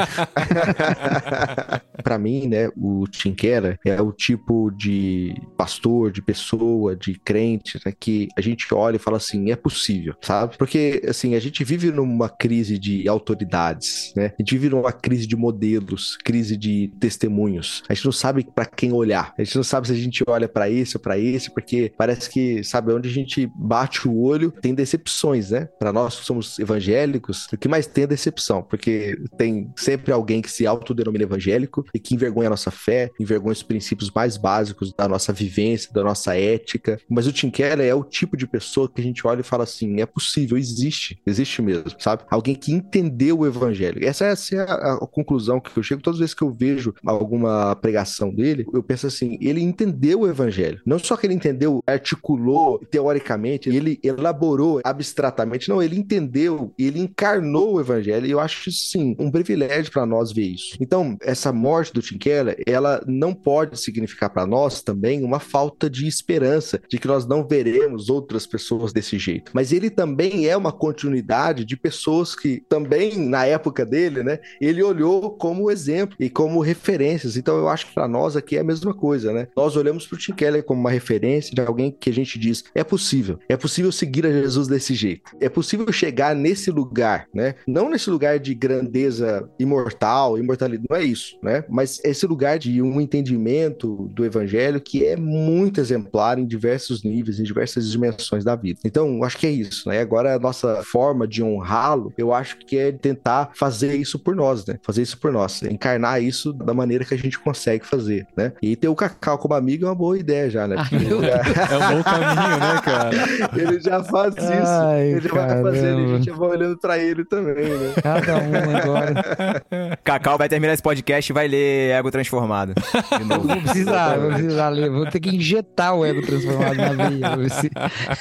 Pra mim, né, o Tim Keller é o tipo de pastor, de pessoa, de crente, né, que a gente olha e fala assim, é possível, sabe? Porque, assim, a gente vive numa crise de autoridades, né? A gente vive numa crise de modelos, crise de testemunhos. A gente não sabe pra quem olhar. A gente não sabe se a gente olha pra esse ou pra esse, porque parece que, sabe, onde a gente bate o olho, tem decepções, né? Pra nós que somos evangélicos, o que mais tem é decepção, porque tem sempre alguém que se autodenomina evangélico e que envergonha a nossa fé, envergonha os princípios mais básicos da nossa vivência, da nossa ética. Mas o Tim Keller é o tipo de pessoa que a gente olha e fala assim, é possível, existe, existe mesmo, sabe? Alguém que entendeu o evangelho. Essa, essa é a, a conclusão que eu chego todas as vezes que eu vejo alguma pregação dele, eu penso assim, ele entendeu o evangelho. Não só que ele entendeu, articulou teoricamente, ele elaborou abstratamente, não, ele entendeu, ele encarnou o evangelho, e eu acho, sim, um privilégio para nós ver isso. Então, essa morte do Tim Keller, ela não pode significar para nós também uma falta de esperança, de que nós não veremos outras pessoas desse jeito. Mas ele também é uma continuidade de pessoas que também, na época dele, né, ele olhou como exemplo e como referências. Então, eu acho que para nós aqui é a mesma coisa, né? Nós olhamos para o Tim Keller como uma referência de alguém que a gente diz, é possível, é possível seguir a Jesus desse jeito, é possível chegar nesse lugar, né? Não nesse lugar de grandeza imortal, imortalidade, não é isso, né? Mas esse lugar de um entendimento do evangelho que é muito exemplar em diversos níveis, em diversas dimensões da vida. Então, eu acho que é isso, né? Agora, a nossa forma de honrá-lo, eu acho que é tentar fazer isso por nós, né? Fazer isso por nós, encarnar isso da maneira que a gente consegue fazer, né? E ter o Cacau como amigo é uma boa ideia já, né? Ai, meu É um bom caminho, né, cara? Ele já faz isso, Ai, ele já vai caramba. fazendo e a gente vai olhando pra ele também, né? Cada um agora. Cacau vai terminar esse podcast e vai ler Ego Transformado. De novo. Vou precisar, vou precisar ler. Vou ter que injetar o ego transformado na veia. Vou se-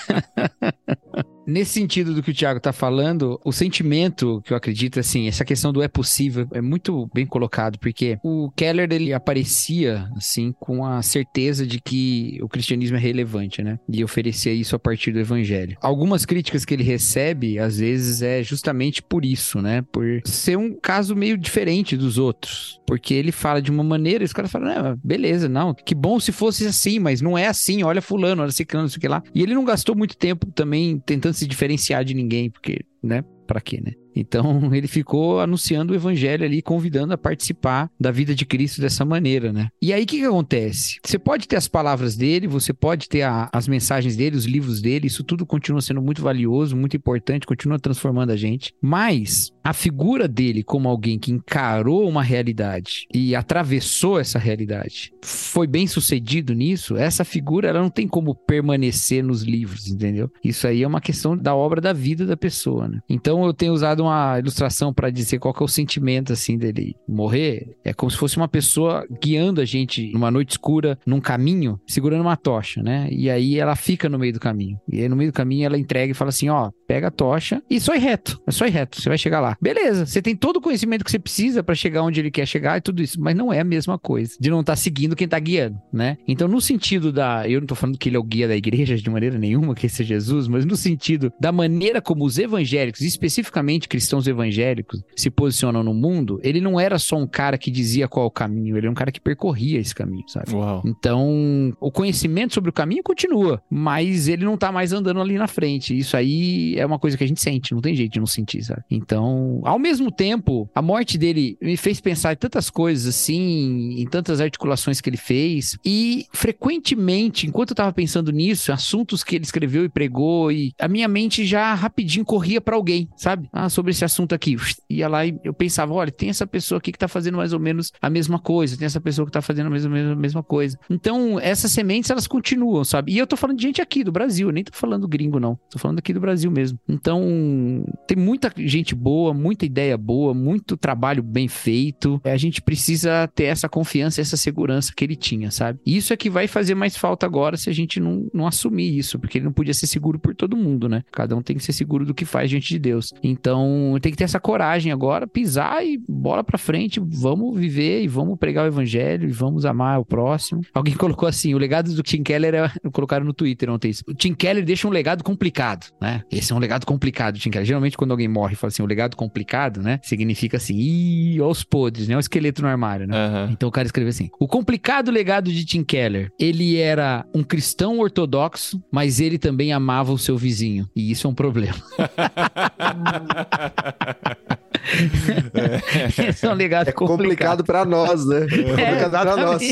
Nesse sentido do que o Thiago tá falando, o sentimento que eu acredito, assim, essa questão do é possível é muito bem colocado, porque o Keller, ele aparecia, assim, com a certeza de que o cristianismo é relevante, né? E oferecia isso a partir do evangelho. Algumas críticas que ele recebe, às vezes, é justamente por isso, né? Por ser um caso meio diferente dos outros. Porque ele fala de uma maneira e os caras falam, não, beleza, não, que bom se fosse assim, mas não é assim, olha fulano, olha ciclano, não sei o que lá. E ele não gastou muito tempo também tentando se diferenciar de ninguém, porque, né, pra quê, né? Então, ele ficou anunciando o evangelho ali, convidando a participar da vida de Cristo dessa maneira, né? E aí, o que que acontece? Você pode ter as palavras dele, você pode ter a- as mensagens dele, os livros dele, isso tudo continua sendo muito valioso, muito importante, continua transformando a gente, mas a figura dele como alguém que encarou uma realidade e atravessou essa realidade, foi bem sucedido nisso, essa figura, ela não tem como permanecer nos livros, entendeu? Isso aí é uma questão da obra da vida da pessoa, né? Então, eu tenho usado uma ilustração para dizer qual que é o sentimento, assim, dele morrer. É como se fosse uma pessoa guiando a gente numa noite escura, num caminho, segurando uma tocha, né? E aí ela fica no meio do caminho. E aí no meio do caminho ela entrega e fala assim, ó, pega a tocha e só ir reto. É só ir reto, você vai chegar lá. Beleza, você tem todo o conhecimento que você precisa para chegar onde ele quer chegar e tudo isso, mas não é a mesma coisa de não estar seguindo quem tá guiando, né? Então, no sentido da... Eu não tô falando que ele é o guia da igreja de maneira nenhuma, que esse é Jesus, mas no sentido da maneira como os evangélicos, especificamente cristãos evangélicos, se posicionam no mundo, ele não era só um cara que dizia qual é o caminho, ele é um cara que percorria esse caminho, sabe? Uau. Então, o conhecimento sobre o caminho continua, mas ele não tá mais andando ali na frente. Isso aí é uma coisa que a gente sente, não tem jeito de não sentir, sabe? Então, ao mesmo tempo, a morte dele me fez pensar em tantas coisas assim, em tantas articulações que ele fez, e frequentemente, enquanto eu tava pensando nisso, assuntos que ele escreveu e pregou, e a minha mente já rapidinho corria pra alguém, sabe? Ah, sobre esse assunto aqui. Ia lá e eu pensava, olha, tem essa pessoa aqui que tá fazendo mais ou menos a mesma coisa, tem essa pessoa que tá fazendo a mesma, mesma, mesma coisa. Então, essas sementes, elas continuam, sabe? E eu tô falando de gente aqui do Brasil, eu nem tô falando gringo, não. Tô falando aqui do Brasil mesmo. mesmo. Então, tem muita gente boa, muita ideia boa, muito trabalho bem feito. A gente precisa ter essa confiança, essa segurança que ele tinha, sabe? E isso é que vai fazer mais falta agora se a gente não, não assumir isso, porque ele não podia ser seguro por todo mundo, né? Cada um tem que ser seguro do que faz diante de Deus. Então, tem que ter essa coragem agora, pisar e bola pra frente, vamos viver e vamos pregar o evangelho e vamos amar o próximo. Alguém colocou assim, o legado do Tim Keller, é, colocaram no Twitter ontem isso. O Tim Keller deixa um legado complicado, né? Esse é um legado complicado, Tim Keller. Geralmente quando alguém morre e fala assim, um legado complicado, né? Significa assim, ih, olha os podres, né? O esqueleto no armário, né? Uhum. Então o cara escreveu assim, o complicado legado de Tim Keller, ele era um cristão ortodoxo, mas ele também amava o seu vizinho. E isso é um problema. É. Esse é um legado é complicado. complicado pra nós, né? É, é complicado pra nós.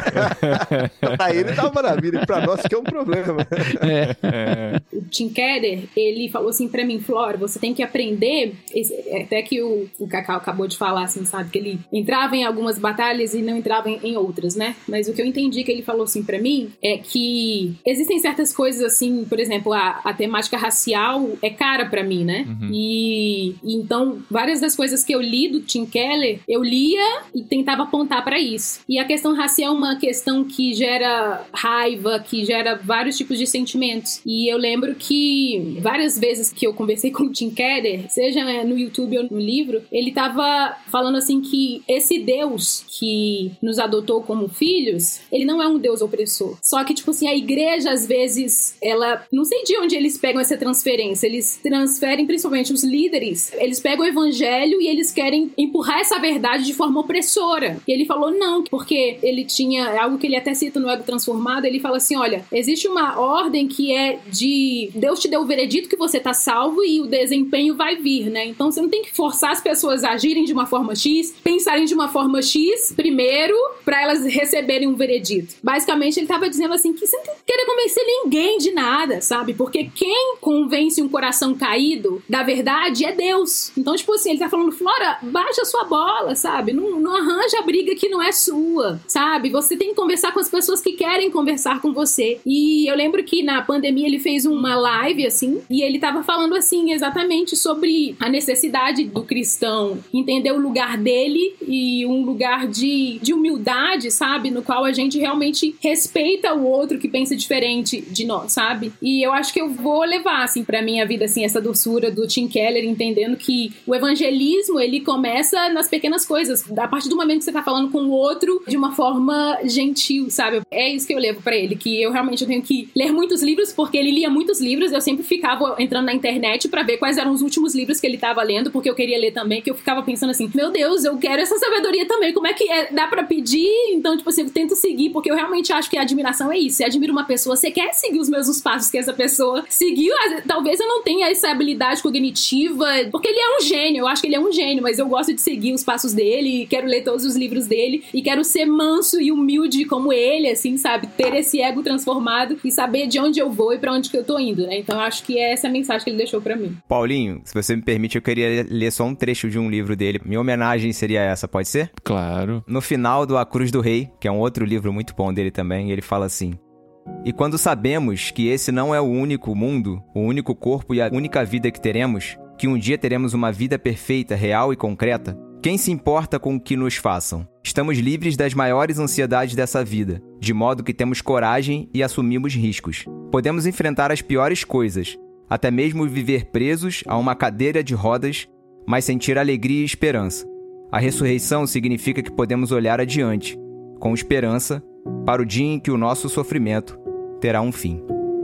Pra ele tá uma maravilha, e pra nós que é um problema. É. É. O Tim Keller, ele falou assim pra mim, Flora, você tem que aprender, até que o, o Cacau acabou de falar, assim, sabe, que ele entrava em algumas batalhas e não entrava em, em outras, né? Mas o que eu entendi que ele falou assim pra mim é que existem certas coisas assim, por exemplo, a, a temática racial é cara pra mim, né? Uhum. E, e então, várias das coisas que eu li do Tim Keller, eu lia e tentava apontar pra isso. E a questão racial é uma questão que gera raiva, que gera vários tipos de sentimentos. E eu lembro que várias vezes que eu conversei com o Tim Keller, seja no YouTube ou no livro, ele tava falando assim que esse Deus que nos adotou como filhos, ele não é um Deus opressor. Só que, tipo assim, a igreja, às vezes, ela... Não sei de onde eles pegam essa transferência. Eles transferem, principalmente os líderes, eles pegam o evangelho e eles querem empurrar essa verdade de forma opressora. E ele falou não, porque ele tinha algo que ele até cita no Ego Transformado, ele fala assim, olha, existe uma ordem que é de Deus te deu o veredito que você tá salvo e o desempenho vai vir, né? Então você não tem que forçar as pessoas a agirem de uma forma X, pensarem de uma forma X primeiro, pra elas receberem um veredito. Basicamente ele tava dizendo assim, que você não tem que querer convencer ninguém de nada, sabe? Porque quem convence um coração caído da verdade é Deus. Então, tipo assim, ele tá falando, Flora, baixa a sua bola, sabe? Não, não arranja a briga que não é sua, sabe? Você tem que conversar com as pessoas que querem conversar com você. E eu lembro que na pandemia ele fez uma live, assim, e ele tava falando, assim, exatamente sobre a necessidade do cristão entender o lugar dele e um lugar de, de humildade, sabe? No qual a gente realmente respeita o outro que pensa diferente de nós, sabe? E eu acho que eu vou levar, assim, pra minha vida, assim, essa doçura do Tim Keller, entendendo que o evangelismo, ele começa nas pequenas coisas. A partir do momento que você tá falando com o outro de uma forma gentil, sabe? É isso que eu levo pra ele, que eu realmente eu tenho que ler muitos livros, porque ele lia muitos livros, eu sempre ficava entrando na internet pra ver quais eram os últimos livros que ele tava lendo, porque eu queria ler também, que eu ficava pensando assim, meu Deus, eu quero essa sabedoria também, como é que é? Dá pra pedir? Então, tipo assim, eu tento seguir, porque eu realmente acho que a admiração é isso. Você admira uma pessoa, você quer seguir os mesmos passos que essa pessoa seguiu, talvez eu não tenha essa habilidade cognitiva, porque ele é um gênio, eu acho que ele é um gênio, mas eu gosto de seguir os passos dele, quero ler todos os livros dele, e quero ser manso e humilde como ele, assim, sabe? Ter esse ego transformado e saber de onde eu vou e pra onde que eu tô indo, né? Então eu acho que é essa a mensagem que ele deixou pra mim. Paulinho, se você me permite, eu queria ler só um trecho de um livro dele. Minha homenagem seria essa, pode ser? Claro. No final do A Cruz do Rei, que é um outro livro muito bom dele também, ele fala assim: e quando sabemos que esse não é o único mundo, o único corpo e a única vida que teremos, que um dia teremos uma vida perfeita, real e concreta, quem se importa com o que nos façam? Estamos livres das maiores ansiedades dessa vida, de modo que temos coragem e assumimos riscos. Podemos enfrentar as piores coisas, até mesmo viver presos a uma cadeira de rodas, mas sentir alegria e esperança. A ressurreição significa que podemos olhar adiante, com esperança, para o dia em que o nosso sofrimento terá um fim.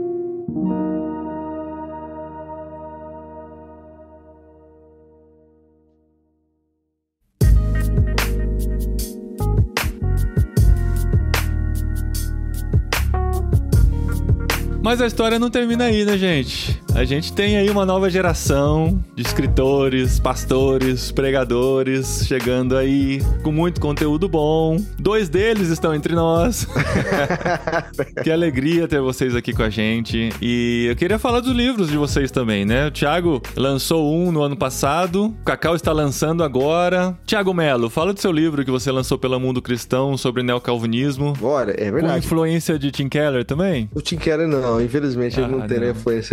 Mas a história não termina aí, né, gente? A gente tem aí uma nova geração de escritores, pastores, pregadores chegando aí com muito conteúdo bom. Dois deles estão entre nós. Que alegria ter vocês aqui com a gente. E eu queria falar dos livros de vocês também, né? O Thiago lançou um no ano passado, o Cacau está lançando agora. Thiago Melo, fala do seu livro que você lançou pela Mundo Cristão sobre neocalvinismo. Bora, é verdade. Com influência de Tim Keller também? O Tim Keller não, infelizmente ah, ele não tem não. influência nisso.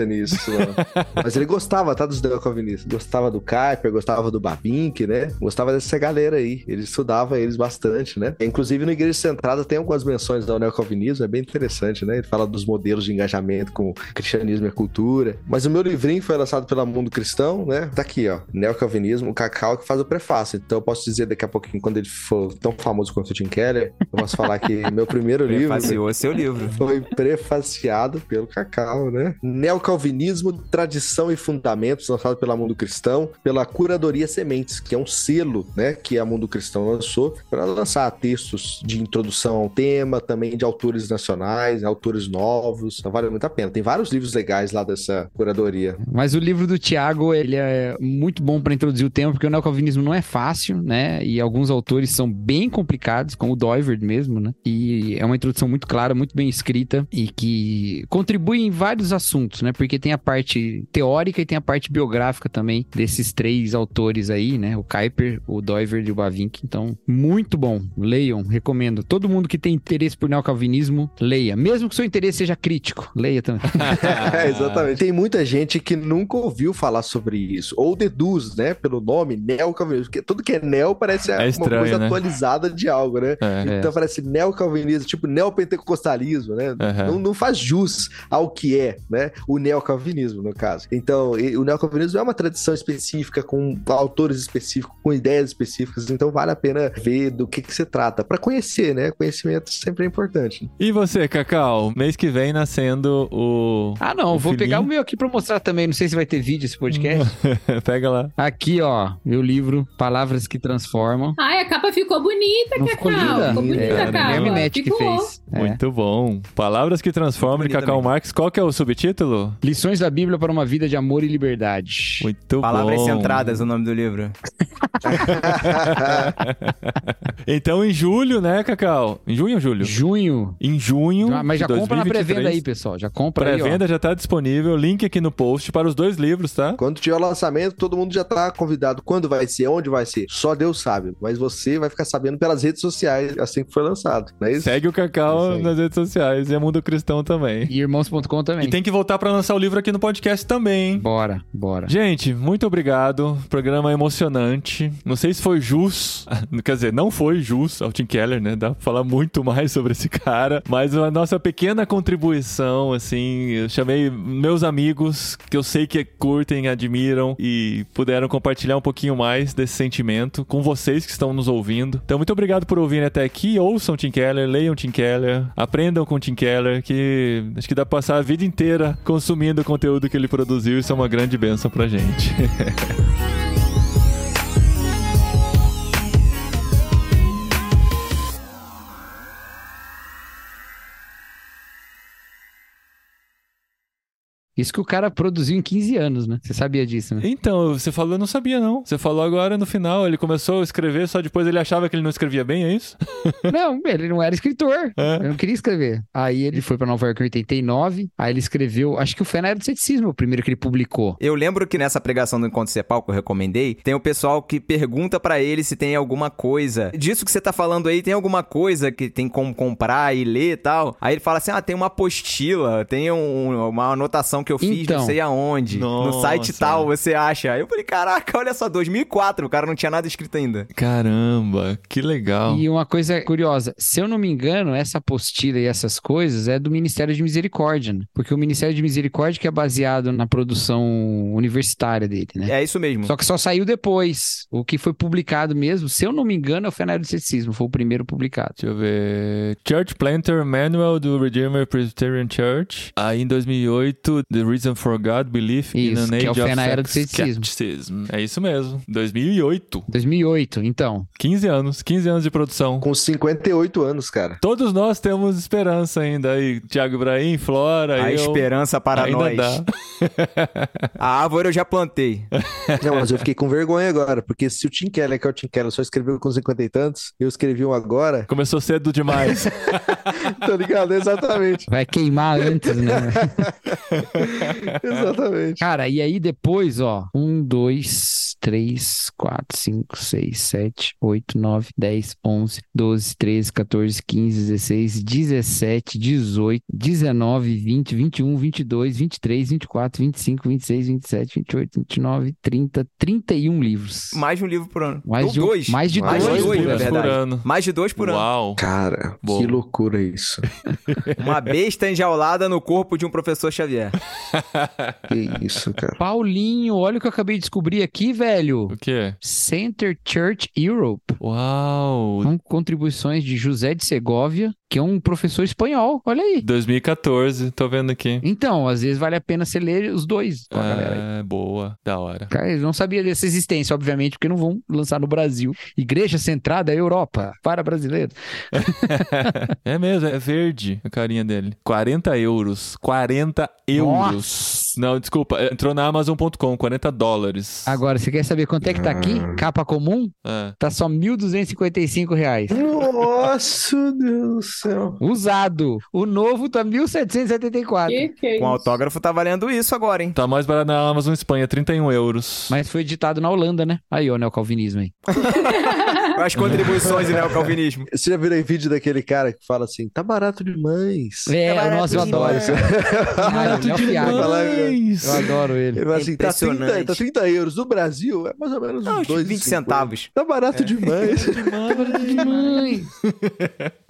isso, mano. Mas ele gostava, tá, dos neocalvinistas. Gostava do Kuyper, gostava do Bavinck, né? Gostava dessa galera aí. Ele estudava eles bastante, né? Inclusive, no Igreja Centrada tem algumas menções ao neocalvinismo, é bem interessante, né? Ele fala dos modelos de engajamento com o cristianismo e a cultura. Mas o meu livrinho foi lançado pela Mundo Cristão, né? Tá aqui, ó. Neocalvinismo, o Cacau que faz o prefácio. Então eu posso dizer daqui a pouquinho, quando ele for tão famoso quanto o Tim Keller, eu posso falar que meu primeiro livro... Prefaciou seu livro. Foi prefaciado pelo Cacau, né? Neocalvinismo, Tradição e Fundamentos, lançado pela Mundo Cristão, pela Curadoria Sementes, que é um selo, né, que a Mundo Cristão lançou para lançar textos de introdução ao tema, também de autores nacionais, autores novos. Então vale muito a pena. Tem vários livros legais lá dessa curadoria. Mas o livro do Tiago, ele é muito bom para introduzir o tema, porque o neocalvinismo não é fácil, né? E alguns autores são bem complicados, como o Doiverd mesmo, né? E é uma introdução muito clara, muito bem escrita e que contribui em vários assuntos, né? Porque tem a parte teórica e tem a parte biográfica também desses três autores aí, né? O Kuyper, o Doiverd e o Bavinck. Então, muito bom. Leiam, recomendo. Todo mundo que tem interesse por neocalvinismo, leia. Mesmo que seu interesse seja crítico, leia também. É, exatamente. Tem muita gente que nunca ouviu falar sobre isso, ou deduz, né, pelo nome, neocalvinismo, porque tudo que é neo parece é estranho, uma coisa né? atualizada de algo, né? É. Então parece neocalvinismo, tipo neopentecostalismo, né? Uhum. Não, não faz jus ao que é, né? O neocalvinismo, no caso. Então, e, o neocalvinismo é uma tradição específica, com autores específicos, com ideias específicas, então vale a pena ver do que, que se trata, para conhecer, né? Conhecimento sempre é importante. E você, Cacau? Mês que vem nascendo o... Ah, não, o vou filhinho. pegar o meu aqui pra mostrar também. Não sei se vai ter vídeo esse podcast. Pega lá. Aqui, ó, meu livro, Palavras que Transformam. Ai, a capa ficou bonita, Não Cacau. ficou linda? Ficou bonita É, a capa. Guilherme Net que Ficou. fez. É. Muito bom. Palavras que transformam, de Bonita Cacau mesmo. Marques. Qual que é o subtítulo? Lições da Bíblia para uma vida de amor e liberdade. Muito Palavras bom. Centradas, o nome do livro. Então, em julho, né, Cacau? Em junho ou julho? Junho. Em junho Ah, mas já de compra na dois mil e vinte e três. pré-venda aí, pessoal. Já compra aí, ó. Pré-venda já tá disponível. Link aqui no post para os dois livros, tá? Quando tiver o lançamento, todo mundo já tá convidado. Quando vai ser, onde vai ser, só Deus sabe. Mas você vai ficar sabendo pelas redes sociais assim que for lançado, não é isso? Segue o Cacau Isso aí. nas redes sociais e a Mundo Cristão também. E irmãos ponto com também. E tem que voltar para lançar o livro aqui no podcast também, hein? Bora, bora. Gente, muito obrigado. Programa emocionante. Não sei se foi jus. Quer dizer, não foi jus ao Tim Keller, né? Dá pra falar muito mais sobre esse cara. Mas a nossa pequena contribuição, assim, eu chamei meus amigos, que eu sei que curtem, admiram e puderam compartilhar um pouquinho mais desse sentimento com vocês que estão nos ouvindo. Então, muito obrigado por ouvirem até aqui. Ouçam Tim Keller, leiam Tim Keller, aprendam com Tim Keller, que acho que dá pra passar a vida inteira consumindo o conteúdo que ele produziu. Isso é uma grande bênção pra gente. Isso que o cara produziu em quinze anos, né? Você sabia disso, né? Então, você falou, eu não sabia não. Você falou agora no final, ele começou a escrever, só depois ele achava que ele não escrevia bem, é isso? Não, ele não era escritor. É. Eu não queria escrever. Aí ele foi pra Nova York em oitenta e nove, aí ele escreveu, acho que o Fé na Era do Ceticismo, o primeiro que ele publicou. Eu lembro que nessa pregação do Encontro Cepal que eu recomendei, tem o pessoal que pergunta pra ele se tem alguma coisa. Disso que você tá falando aí, tem alguma coisa que tem como comprar e ler e tal? Aí ele fala assim, ah, tem uma apostila, tem um- uma anotação que eu fiz, Então. não sei aonde. No Nossa. site tal, você acha. Aí eu falei, caraca, olha só, dois mil e quatro, o cara não tinha nada escrito ainda. Caramba, que legal. E uma coisa curiosa, se eu não me engano, essa apostila e essas coisas é do Ministério de Misericórdia, né? Porque o Ministério de Misericórdia que é baseado na produção universitária dele, né? É isso mesmo. Só que só saiu depois. O que foi publicado mesmo, se eu não me engano, é o Fé na Era do Ceticismo, foi o primeiro publicado. Deixa eu ver. Church Planter Manual do Redeemer Presbyterian Church. Aí em dois mil e oito, The Reason for God, Belief in Isso, an que é o Age Fé of na Era do Skepticism. Ceticismo. É isso mesmo. dois mil e oito. dois mil e oito, então. quinze anos. quinze anos de produção. Com cinquenta e oito anos, cara. Todos nós temos esperança ainda aí. Thiago Ibrahim, Flora, A eu... esperança para ainda nós. dá. A árvore eu já plantei. Não, mas eu fiquei com vergonha agora, porque se o Tim Keller, que é o Tim Keller, só escreveu com cinquenta e tantos, eu escrevi um agora, Começou cedo demais. tá ligado? Exatamente. Vai queimar antes, né? Exatamente. Cara, e aí depois, ó, um, dois, três, quatro, cinco, seis, sete, oito, nove, dez, onze, doze, treze, quatorze, quinze, dezesseis, dezessete, dezoito, dezenove, vinte, vinte e um, vinte e dois, vinte e três, vinte e quatro, vinte e cinco, vinte e seis, vinte e sete, vinte e oito, vinte e nove, trinta, trinta e um livros. Mais de um livro por ano. Mais Ou de um- dois. mais de mais dois de dois, livros na por verdade. ano. Mais de dois por ano. Uau. Cara, Bom. que loucura isso. Uma besta enjaulada no corpo de um professor Xavier. Que isso, cara. Paulinho, olha o que eu acabei de descobrir aqui, velho. O quê? Center Church Europe. Uau. São contribuições de José de Segóvia, que é um professor espanhol. Olha aí. dois mil e catorze, tô vendo aqui. Então, às vezes vale a pena você ler os dois com a galera aí. É, boa. Da hora. Cara, eu não sabia dessa existência, obviamente, porque não vão lançar no Brasil. Igreja Centrada Europa, para brasileiros. É mesmo, é verde a carinha dele. quarenta euros. quarenta euros. Nossa! Não, desculpa. Entrou na Amazon ponto com, quarenta dólares. Agora, você quer saber quanto é que tá aqui? Capa comum? É. Tá só mil duzentos e cinquenta e cinco reais. Nossa, Deus do céu. Usado. O novo tá mil setecentos e setenta e quatro. Que que é Com isso? autógrafo tá valendo isso agora, hein? Tá mais barato na Amazon Espanha, trinta e um euros. Mas foi editado na Holanda, né? Aí, ó, neocalvinismo aí. As contribuições e neocalvinismo. Você já viu aí vídeo daquele cara que fala assim, tá barato demais. É, barato nossa, eu adoro. demais. Ah, ele é o Fiago. demais. Eu adoro ele. Ele fala assim, tá trinta, Impressionante. tá trinta euros. No Brasil, é mais ou menos Não, uns uns dois vinte centavos. Tá barato demais. Demais.